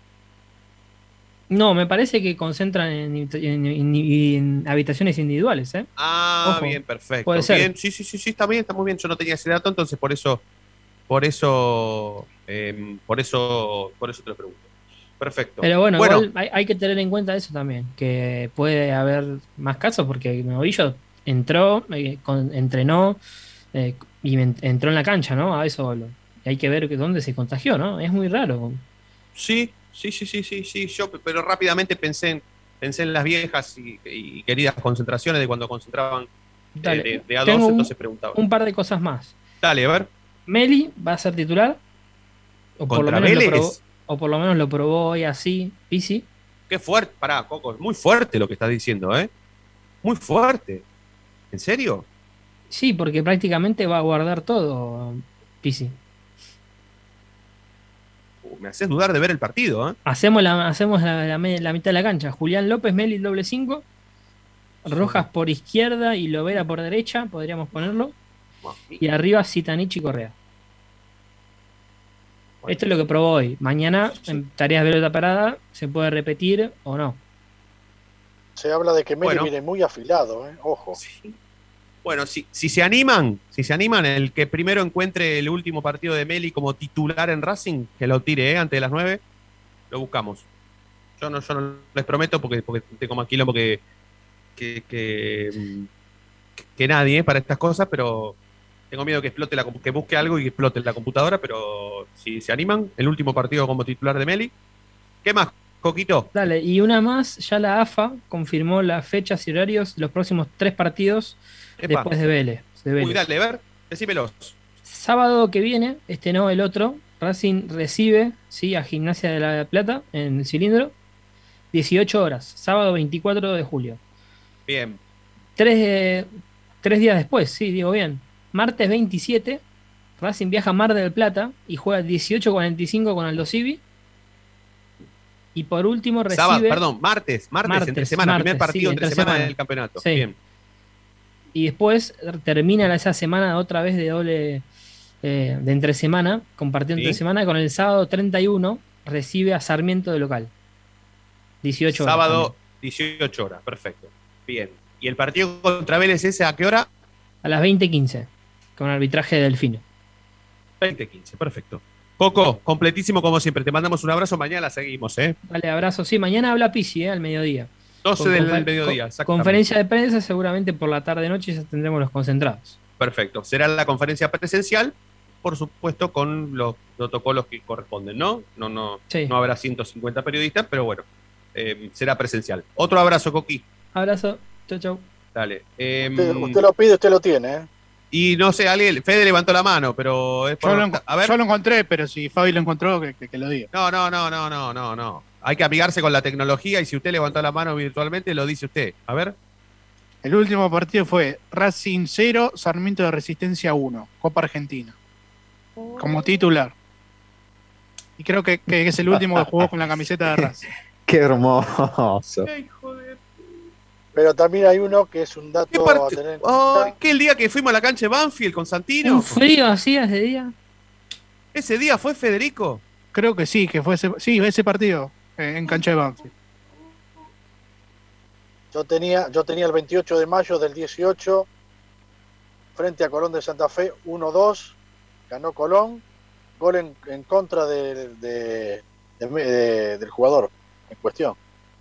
No, me parece que concentran en, en- en- en habitaciones individuales, ¿eh? Ah, Ojo, bien, perfecto. puede ser. Bien, sí, sí, sí, sí, está bien, está muy bien. Yo no tenía ese dato, entonces por eso, por eso, eh, por eso, por eso te lo pregunto. Perfecto. Pero bueno, igual hay, hay que tener en cuenta eso también, que puede haber más casos porque Novillo entró, eh, con- entrenó eh, y en- entró en la cancha, ¿no? A eso hablo. Y hay que ver que dónde se contagió, ¿no? Es muy raro. Sí, sí, sí, sí, sí, sí. Yo, pero rápidamente pensé en, pensé en las viejas y, y queridas concentraciones de cuando concentraban eh, Dale, de, de A dos, tengo un- entonces preguntaba. Un par de cosas más. Dale, a ver. Meli va a ser titular. O por, lo ¿Contra menos lo Vélez? probó, o por lo menos lo probó hoy así, Pizzi. Qué fuerte, pará, Coco, muy fuerte lo que estás diciendo, ¿eh? Muy fuerte. ¿En serio? Sí, porque prácticamente va a guardar todo Pizzi. Uh, me haces dudar de ver el partido, ¿eh? Hacemos la, hacemos la, la me- la mitad de la cancha. Julián López, Meli, doble cinco. Rojas por izquierda y Lovera por derecha, podríamos ponerlo. Y arriba Zitanich y Correa. Esto es lo que probó hoy. Mañana, en tareas de pelota parada, se puede repetir o no. Se habla de que Meli Bueno. viene muy afilado, ¿eh? Ojo. Bueno, si, si se animan, si se animan, el que primero encuentre el último partido de Meli como titular en Racing, que lo tire, ¿eh? Antes de las nueve, lo buscamos. Yo no, yo no les prometo porque, porque tengo más quilombo que, que, que, que nadie ¿eh? Para estas cosas, pero tengo miedo que explote la, que busque algo y que explote la computadora, pero si se animan, el último partido como titular de Meli. ¿Qué más, Coquito? Dale, y una más, ya la A F A confirmó las fechas y horarios de los próximos tres partidos Epa. después de Vélez, de Vélez. Uy, dale, a ver, decímelos. Sábado que viene, este no, el otro, Racing recibe, sí, a Gimnasia de La Plata en el Cilindro, dieciocho horas, sábado veinticuatro de julio. Bien. Tres, eh, tres días después, sí, digo bien. Martes veintisiete, Racing viaja a Mar del Plata y juega dieciocho cuarenta y cinco con Aldo Civi. Y por último recibe... Sábado, perdón, martes, martes, martes entre semana, martes, primer partido sí, entre, entre semana, semana del campeonato. Sí. Bien. Y después termina esa semana otra vez de doble, eh, de entre semana, compartiendo sí. entre semana, con el sábado treinta y uno recibe a Sarmiento de local. dieciocho horas. Sábado, también. dieciocho horas, perfecto. Bien. ¿Y el partido contra Vélez ese a qué hora? A las veinte quince, con arbitraje de Delfino. veinte quince, perfecto. Coco, completísimo como siempre. Te mandamos un abrazo. Mañana la seguimos, ¿eh? Vale, abrazo. Sí, mañana habla Pizzi, ¿eh? Al mediodía. doce con del confer- mediodía, con, Conferencia de prensa, seguramente por la tarde-noche ya tendremos los concentrados. Perfecto. Será la conferencia presencial, por supuesto, con los protocolos que corresponden, ¿no? No, no, sí. no habrá ciento cincuenta periodistas, pero bueno, eh, será presencial. Otro abrazo, Coqui. Abrazo. Chau, chau. Dale. Eh, usted, usted lo pide, usted lo tiene, ¿eh? Y no sé, alguien, Fede levantó la mano, pero es por, yo, lo, a ver. yo lo encontré, pero si Fabi lo encontró, que, que, que lo diga. No, no, no, no, no, no, no. Hay que amigarse con la tecnología y si usted levantó la mano virtualmente, lo dice usted. A ver. El último partido fue Racing cero, Sarmiento de Resistencia uno, Copa Argentina. Como titular. Y creo que, que es el último que jugó con la camiseta de Racing. Qué hermoso. Ay, joder. Pero también hay uno que es un dato ¿Qué part- a tener en oh, cuenta. ¿Qué el día que fuimos a la cancha de Banfield con Santino? ¿Un frío hacía ese día? ¿Ese día fue Federico? Creo que sí, que fue ese, sí, ese partido eh, en cancha de Banfield. Yo tenía, yo tenía el veintiocho de mayo del dieciocho frente a Colón de Santa Fe, uno dos, ganó Colón, gol en, en contra de, de, de, de, del jugador en cuestión.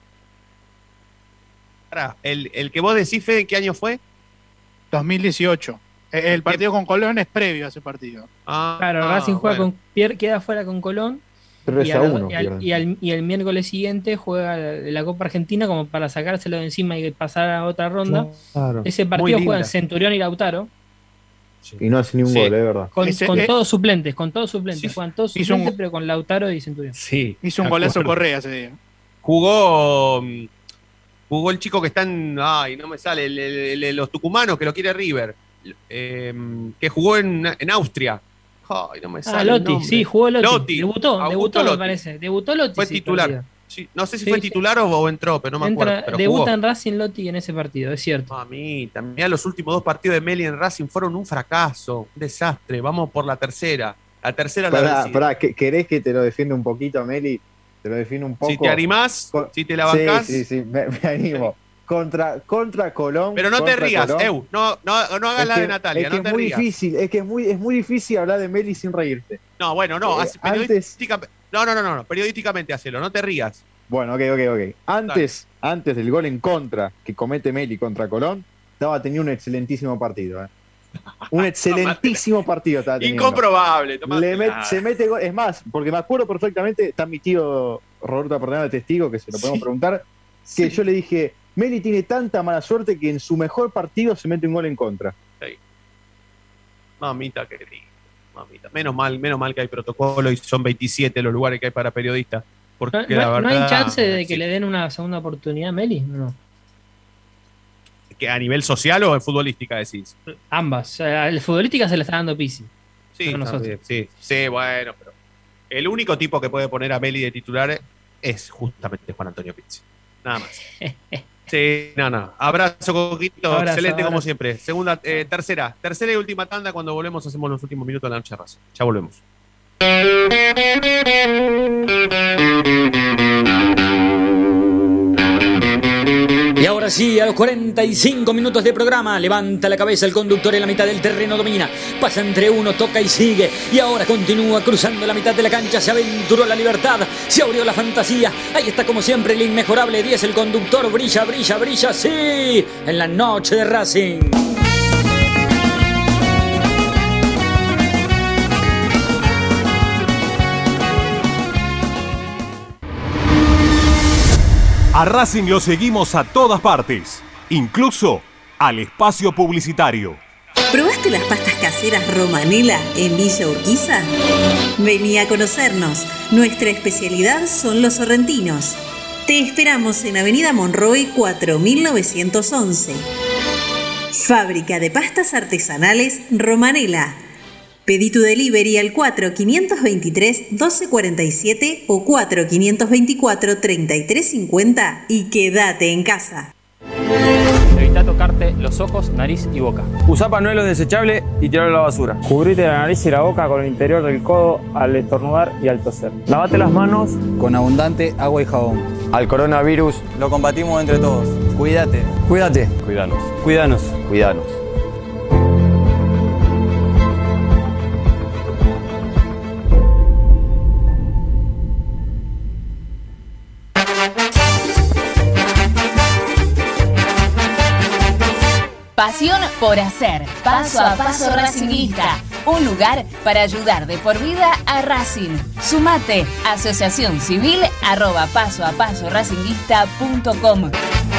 Ahora, el, el que vos decís, Fede, ¿qué año fue? dos mil dieciocho. El partido con Colón es previo a ese partido. Ah, claro, Racing juega bueno. con, pier, queda fuera con Colón Pero y, es a al, uno, y, al, y, al, y el miércoles siguiente juega la, la Copa Argentina como para sacárselo de encima y pasar a otra ronda. Claro. Ese partido juegan Centurión y Lautaro. Sí. Y no hace ni un Sí. gol, es verdad. Con, Ese, con eh, todos suplentes, con todos suplentes. sí, Juegan todos hizo suplentes, un- pero con Lautaro y Centurión. Sí. Hizo un golazo Correa ese día. Jugó. mm, Jugó el chico que está en. Ay, no me sale. El, el- el- los tucumanos que lo quiere River. Eh, que jugó en, en Austria. Ay, no me sale. Ah, el Lotti, nombre. sí, jugó Lotti. Lotti. Debutó, Augusto debutó me Lotti. parece. Debutó Lotti. Fue sí, titular. partido. Sí, no sé si Sí, fue sí. titular o, o entró, pero no me Entra- acuerdo. Pero debuta jugó. en Racing Lotti en ese partido, es cierto. Mamita, mirá, los últimos dos partidos de Meli en Racing fueron un fracaso, un desastre. Vamos por la tercera. La tercera la Pará, vencida. pará, ¿que- ¿querés que te lo defienda un poquito, Meli? Te lo defiendo un poco. Si te animás, Con- si te la bancás. Sí, sí, sí, me, me animo. Contra, contra Colón. Pero no te contra rías, Colón. Eu. No, no, no hagas Es la que- de Natalia, es que no te es muy rías. difícil, es que es muy, es muy difícil hablar de Meli sin reírte. No, bueno, no. Eh, hace- periodística- No, no, no, no, no. Periodísticamente hacelo, no te rías. Bueno, ok, ok, ok. Antes, antes del gol en contra que comete Meli contra Colón, estaba teniendo un excelentísimo partido. ¿eh? Un excelentísimo partido estaba teniendo. Incomprobable. Le met- se mete gol. Es más, porque me acuerdo perfectamente, está mi tío Roberto Apernal de testigo, que se lo podemos Sí. preguntar, que Sí. yo le dije, Meli tiene tanta mala suerte que en su mejor partido se mete un gol en contra. Mamita querida. Mamita. Menos mal, menos mal que hay protocolo y son veintisiete los lugares que hay para periodistas. Porque ¿No, la no- verdad, no hay chance de que sí, le den una segunda oportunidad a Meli? No. que a nivel social o en futbolística decís. Ambas. O sea, el futbolística se la está dando Pizzi. Sí, No nosotros. también, sí, sí, bueno, pero el único tipo que puede poner a Meli de titular es justamente Juan Antonio Pizzi. Nada más. Sí, no, no. Abrazo, Coquito. Abrazo, Excelente como abrazo. siempre. Segunda, eh, tercera, tercera y última tanda. Cuando volvemos hacemos los últimos minutos de la noche de raza. Ya volvemos. Y ahora García, a los cuarenta y cinco minutos de programa, levanta la cabeza el conductor en la mitad del terreno, domina, pasa entre uno, toca y sigue, y ahora continúa cruzando la mitad de la cancha, se aventuró la libertad, se abrió la fantasía, ahí está como siempre el inmejorable diez, el conductor, brilla, brilla, brilla, sí, en la noche de Racing. A Racing lo seguimos a todas partes, incluso al espacio publicitario. ¿Probaste las pastas caseras Romanela en Villa Urquiza? Vení a conocernos. Nuestra especialidad son los sorrentinos. Te esperamos en Avenida Monroy cuatro mil novecientos once. Fábrica de pastas artesanales Romanela. Pedí tu delivery al cuatro quinientos veintitrés doce cuarenta y siete o cuatro quinientos veinticuatro treinta y tres cincuenta y quédate en casa. Evita tocarte los ojos, nariz y boca. Usa pañuelo desechable y tirarlo a la basura. Cubrite la nariz y la boca con el interior del codo al estornudar y al toser. Lavate las manos con abundante agua y jabón. Al coronavirus Lo combatimos entre todos. Cuídate. Cuídate. Cuídanos. Cuídanos. Cuídanos. Pasión por hacer. Paso a paso racinguista. Un lugar para ayudar de por vida a Racing. Sumate. Asociación Civil arroba paso a paso racinguista punto com.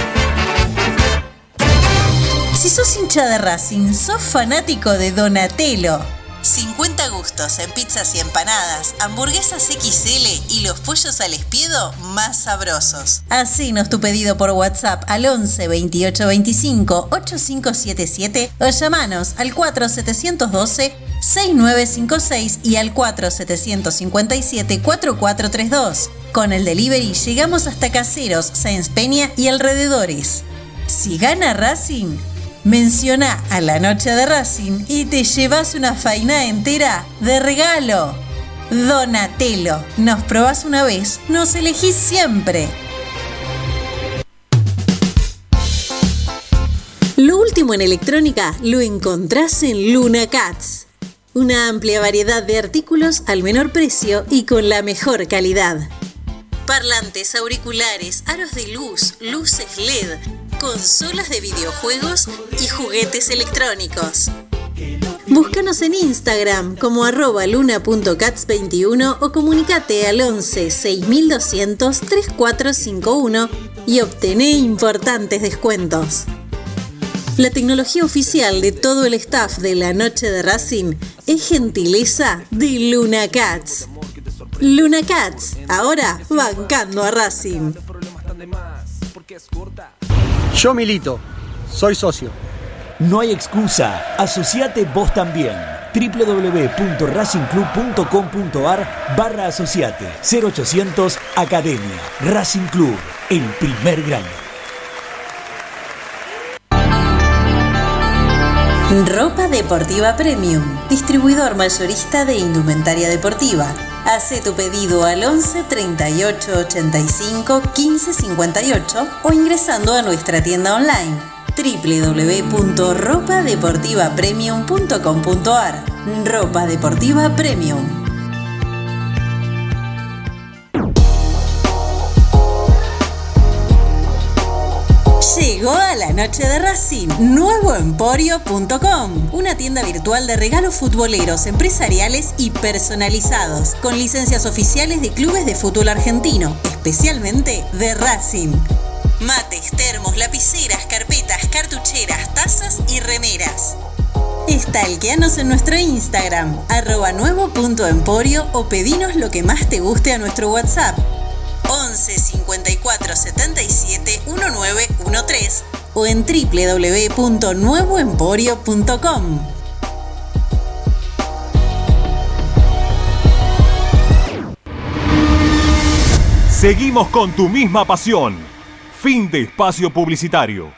Si sos hincha de Racing, sos fanático de Donatello. cincuenta gustos en pizzas y empanadas, hamburguesas equis ele y los pollos al espiedo más sabrosos. Hacenos tu pedido por WhatsApp al once veintiocho veinticinco ochenta y cinco setenta y siete o llamanos al cuatro setecientos doce sesenta y nueve cincuenta y seis y al cuatro setecientos cincuenta y siete cuarenta y cuatro treinta y dos. Con el delivery llegamos hasta Caseros, Sáenz Peña y alrededores. Si gana Racing, menciona a la noche de Racing y te llevas una faina entera de regalo. Donatello, nos probás una vez, nos elegís siempre. Lo último en electrónica lo encontrás en Luna Cats. Una amplia variedad de artículos al menor precio y con la mejor calidad. Parlantes, auriculares, aros de luz, luces L E D, consolas de videojuegos y juguetes electrónicos. Búscanos en Instagram como arroba luna punto cats veintiuno o comunicate al once seis mil doscientos treinta y cuatro cincuenta y uno y obtené importantes descuentos. La tecnología oficial de todo el staff de la noche de Racing es gentileza de Luna Cats. Luna Cats, ahora bancando a Racing. Yo milito, soy socio. No hay excusa, asociate vos también. w w w punto racing club punto com punto a r barra asociate. cero ochocientos Academia. Racing Club, el primer grande. Ropa deportiva premium, distribuidor mayorista de indumentaria deportiva. Hacé tu pedido al once treinta y ocho ochenta y cinco quince cincuenta y ocho o ingresando a nuestra tienda online w w w punto ropa deportiva premium punto com punto a r. Ropa deportiva premium. Llegó a la noche de Racing, nuevo emporio punto com, una tienda virtual de regalos futboleros, empresariales y personalizados, con licencias oficiales de clubes de fútbol argentino, especialmente de Racing. Mates, termos, lapiceras, carpetas, cartucheras, tazas y remeras. Stalkeanos en nuestro Instagram, arroba nuevo punto emporio o pedinos lo que más te guste a nuestro WhatsApp. once cincuenta y cuatro setenta y siete diecinueve trece o en w w w punto nuevo emporio punto com. Seguimos con tu misma pasión. Fin de espacio publicitario.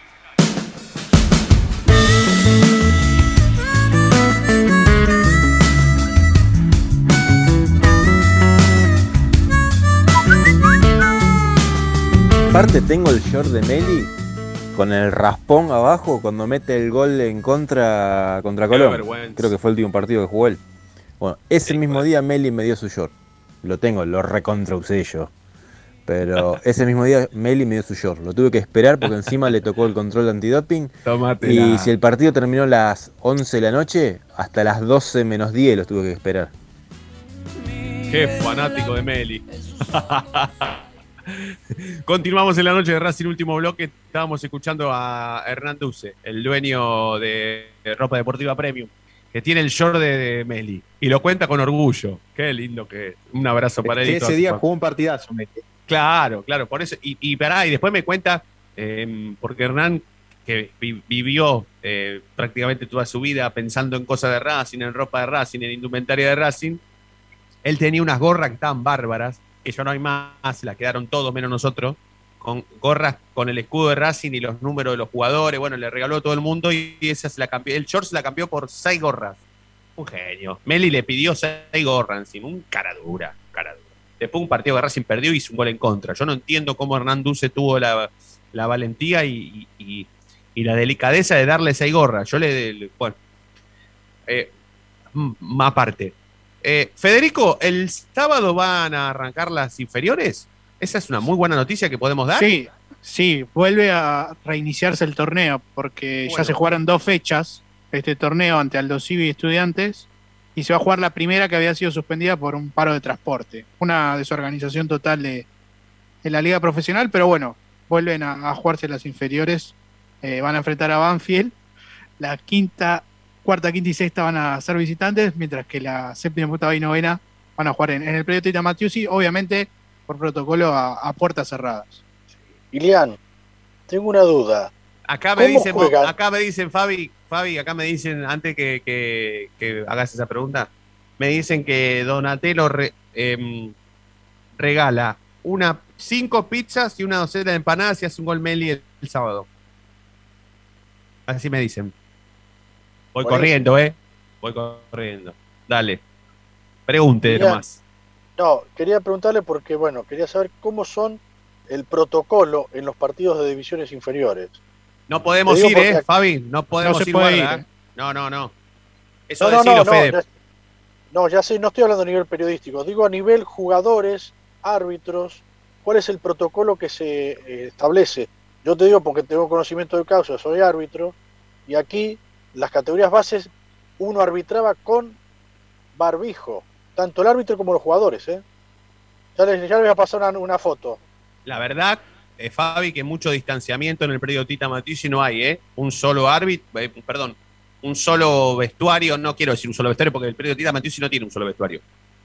Aparte tengo el short de Meli con el raspón abajo cuando mete el gol en contra contra Colón. Creo que fue el último partido que jugó él. Bueno, ese sí, mismo día Meli me dio su short. Lo tengo, lo recontra usé yo. Pero ese mismo día Meli me dio su short. Lo tuve que esperar porque encima le tocó el control de antidoping. Tómatela. Y si el partido terminó a las once de la noche, hasta las doce menos diez los tuve que esperar. Qué fanático de Meli. Continuamos en la noche de Racing, último bloque. Estábamos escuchando a Hernán Duce, el dueño de Ropa Deportiva Premium, que tiene el short de, de Meli y lo cuenta con orgullo. Qué lindo que es. Un abrazo para él. Ese día jugó un partidazo, Meli. Claro, claro, por eso. Y, y, pará, y después me cuenta, eh, porque Hernán, que vi, vivió eh, prácticamente toda su vida pensando en cosas de Racing, en ropa de Racing, en indumentaria de Racing, él tenía unas gorras que estaban bárbaras, que ya no hay más, la quedaron todos menos nosotros, con gorras con el escudo de Racing y los números de los jugadores. Bueno, le regaló a todo el mundo y esa se la cambió. El short se la cambió por seis gorras. Un genio. Meli le pidió seis gorras encima. Un cara dura, cara dura. Después un partido de Racing perdió y hizo un gol en contra. Yo no entiendo cómo Hernán Duce tuvo la, la valentía y, y, y la delicadeza de darle seis gorras. Yo le... le bueno, eh, más aparte. Eh, Federico, ¿el sábado van a arrancar las inferiores? Esa es una muy buena noticia que podemos dar. Sí, sí, vuelve a reiniciarse el torneo porque bueno, ya se jugaron dos fechas este torneo ante Aldo Civi y Estudiantes y se va a jugar la primera que había sido suspendida por un paro de transporte. Una desorganización total de, de la liga profesional, pero bueno, vuelven a, a jugarse las inferiores. Eh, van a enfrentar a Banfield. La quinta... Cuarta, quinta y sexta van a ser visitantes, mientras que la séptima, octava y novena van a jugar en, en el predio Tita Matiusi, obviamente por protocolo a, a puertas cerradas. Ilian, tengo una duda. Acá me dicen, juegan? acá me dicen, Fabi, Fabi, acá me dicen, antes que, que, que hagas esa pregunta, me dicen que Donatello re, eh, regala una cinco pizzas y una docena de empanadas y hace un gol Meli el, el sábado. Así me dicen. Voy Por corriendo, eso. ¿eh? Voy corriendo. Dale. Pregunte quería, nomás. No, quería preguntarle porque, bueno, quería saber cómo son el protocolo en los partidos de divisiones inferiores. No podemos ir, ¿eh, aquí... Fabi? No podemos no ir, guarda, ir. ¿eh? No, no, no. Eso no, decilo, no, no, Fede. No ya, no, ya sé, no estoy hablando a nivel periodístico. Digo a nivel jugadores, árbitros, ¿cuál es el protocolo que se eh, establece? Yo te digo porque tengo conocimiento de causa, soy árbitro, y aquí... las categorías bases, uno arbitraba con barbijo, tanto el árbitro como los jugadores, ¿eh? Ya les, ya les voy a pasar una, una foto. La verdad, eh, Fabi, que mucho distanciamiento en el predio Tita Matiusi no hay, ¿eh? Un solo árbitro, eh, perdón, un solo vestuario, no quiero decir un solo vestuario porque el predio Tita Matiusi no tiene un solo vestuario.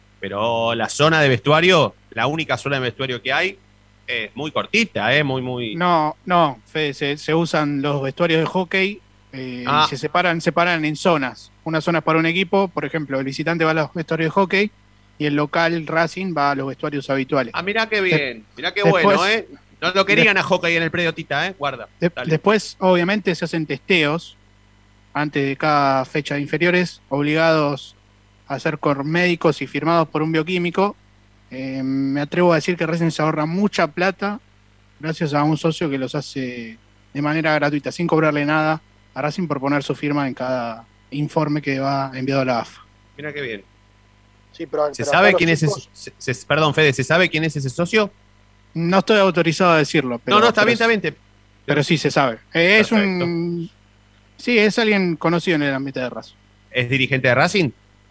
Pero la zona de vestuario, la única zona de vestuario que hay, es muy cortita, ¿eh? Muy, muy... No, no, Fede, se, se usan los vestuarios de hockey. Eh, ah. y se separan, separan en zonas. Una zona es para un equipo, por ejemplo, el visitante va a los vestuarios de hockey y el local Racing va a los vestuarios habituales. Ah, mirá qué bien, mirá qué después, bueno, ¿eh? No lo querían de, a hockey en el predio Tita, ¿eh? Guarda. De, después, obviamente, se hacen testeos antes de cada fecha de inferiores, obligados a ser con médicos y firmados por un bioquímico. Eh, me atrevo a decir que Racing se ahorra mucha plata gracias a un socio que los hace de manera gratuita, sin cobrarle nada a Racing por poner su firma en cada informe que va enviado a la A F A. Mira qué bien. Sí, pero, ¿Se pero sabe quién es ese, se, se, perdón, Fede, ¿se sabe quién es ese socio? No estoy autorizado a decirlo. Pero, no, no, está pero, bien, está bien. Te... Pero sí se sabe. Eh, es un... Sí, es alguien conocido en el ámbito de Racing. ¿Es dirigente de Racing?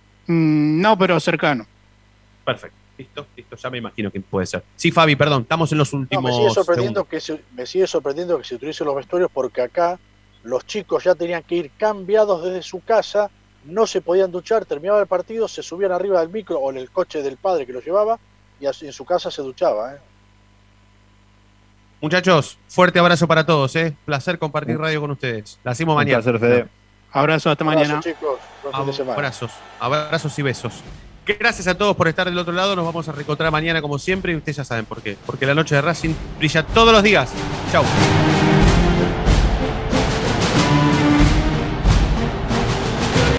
Mm, no, pero cercano. Perfecto. Listo, listo, ya me imagino quién puede ser. Sí, Fabi, perdón, estamos en los últimos no, me sigue sorprendiendo que se, me sigue sorprendiendo que se utilicen los vestuarios porque acá los chicos ya tenían que ir cambiados desde su casa, no se podían duchar, terminaba el partido, se subían arriba del micro o en el coche del padre que los llevaba y en su casa se duchaba. ¿eh? Muchachos, fuerte abrazo para todos, ¿eh? Placer compartir radio con ustedes. La hacemos mañana. Un placer, Fede. Abrazo, hasta abrazo, mañana. Chicos, buen fin de semana. Abrazos, abrazos y besos. Gracias a todos por estar del otro lado. Nos vamos a reencontrar mañana como siempre y ustedes ya saben por qué. Porque la noche de Racing brilla todos los días. Chau.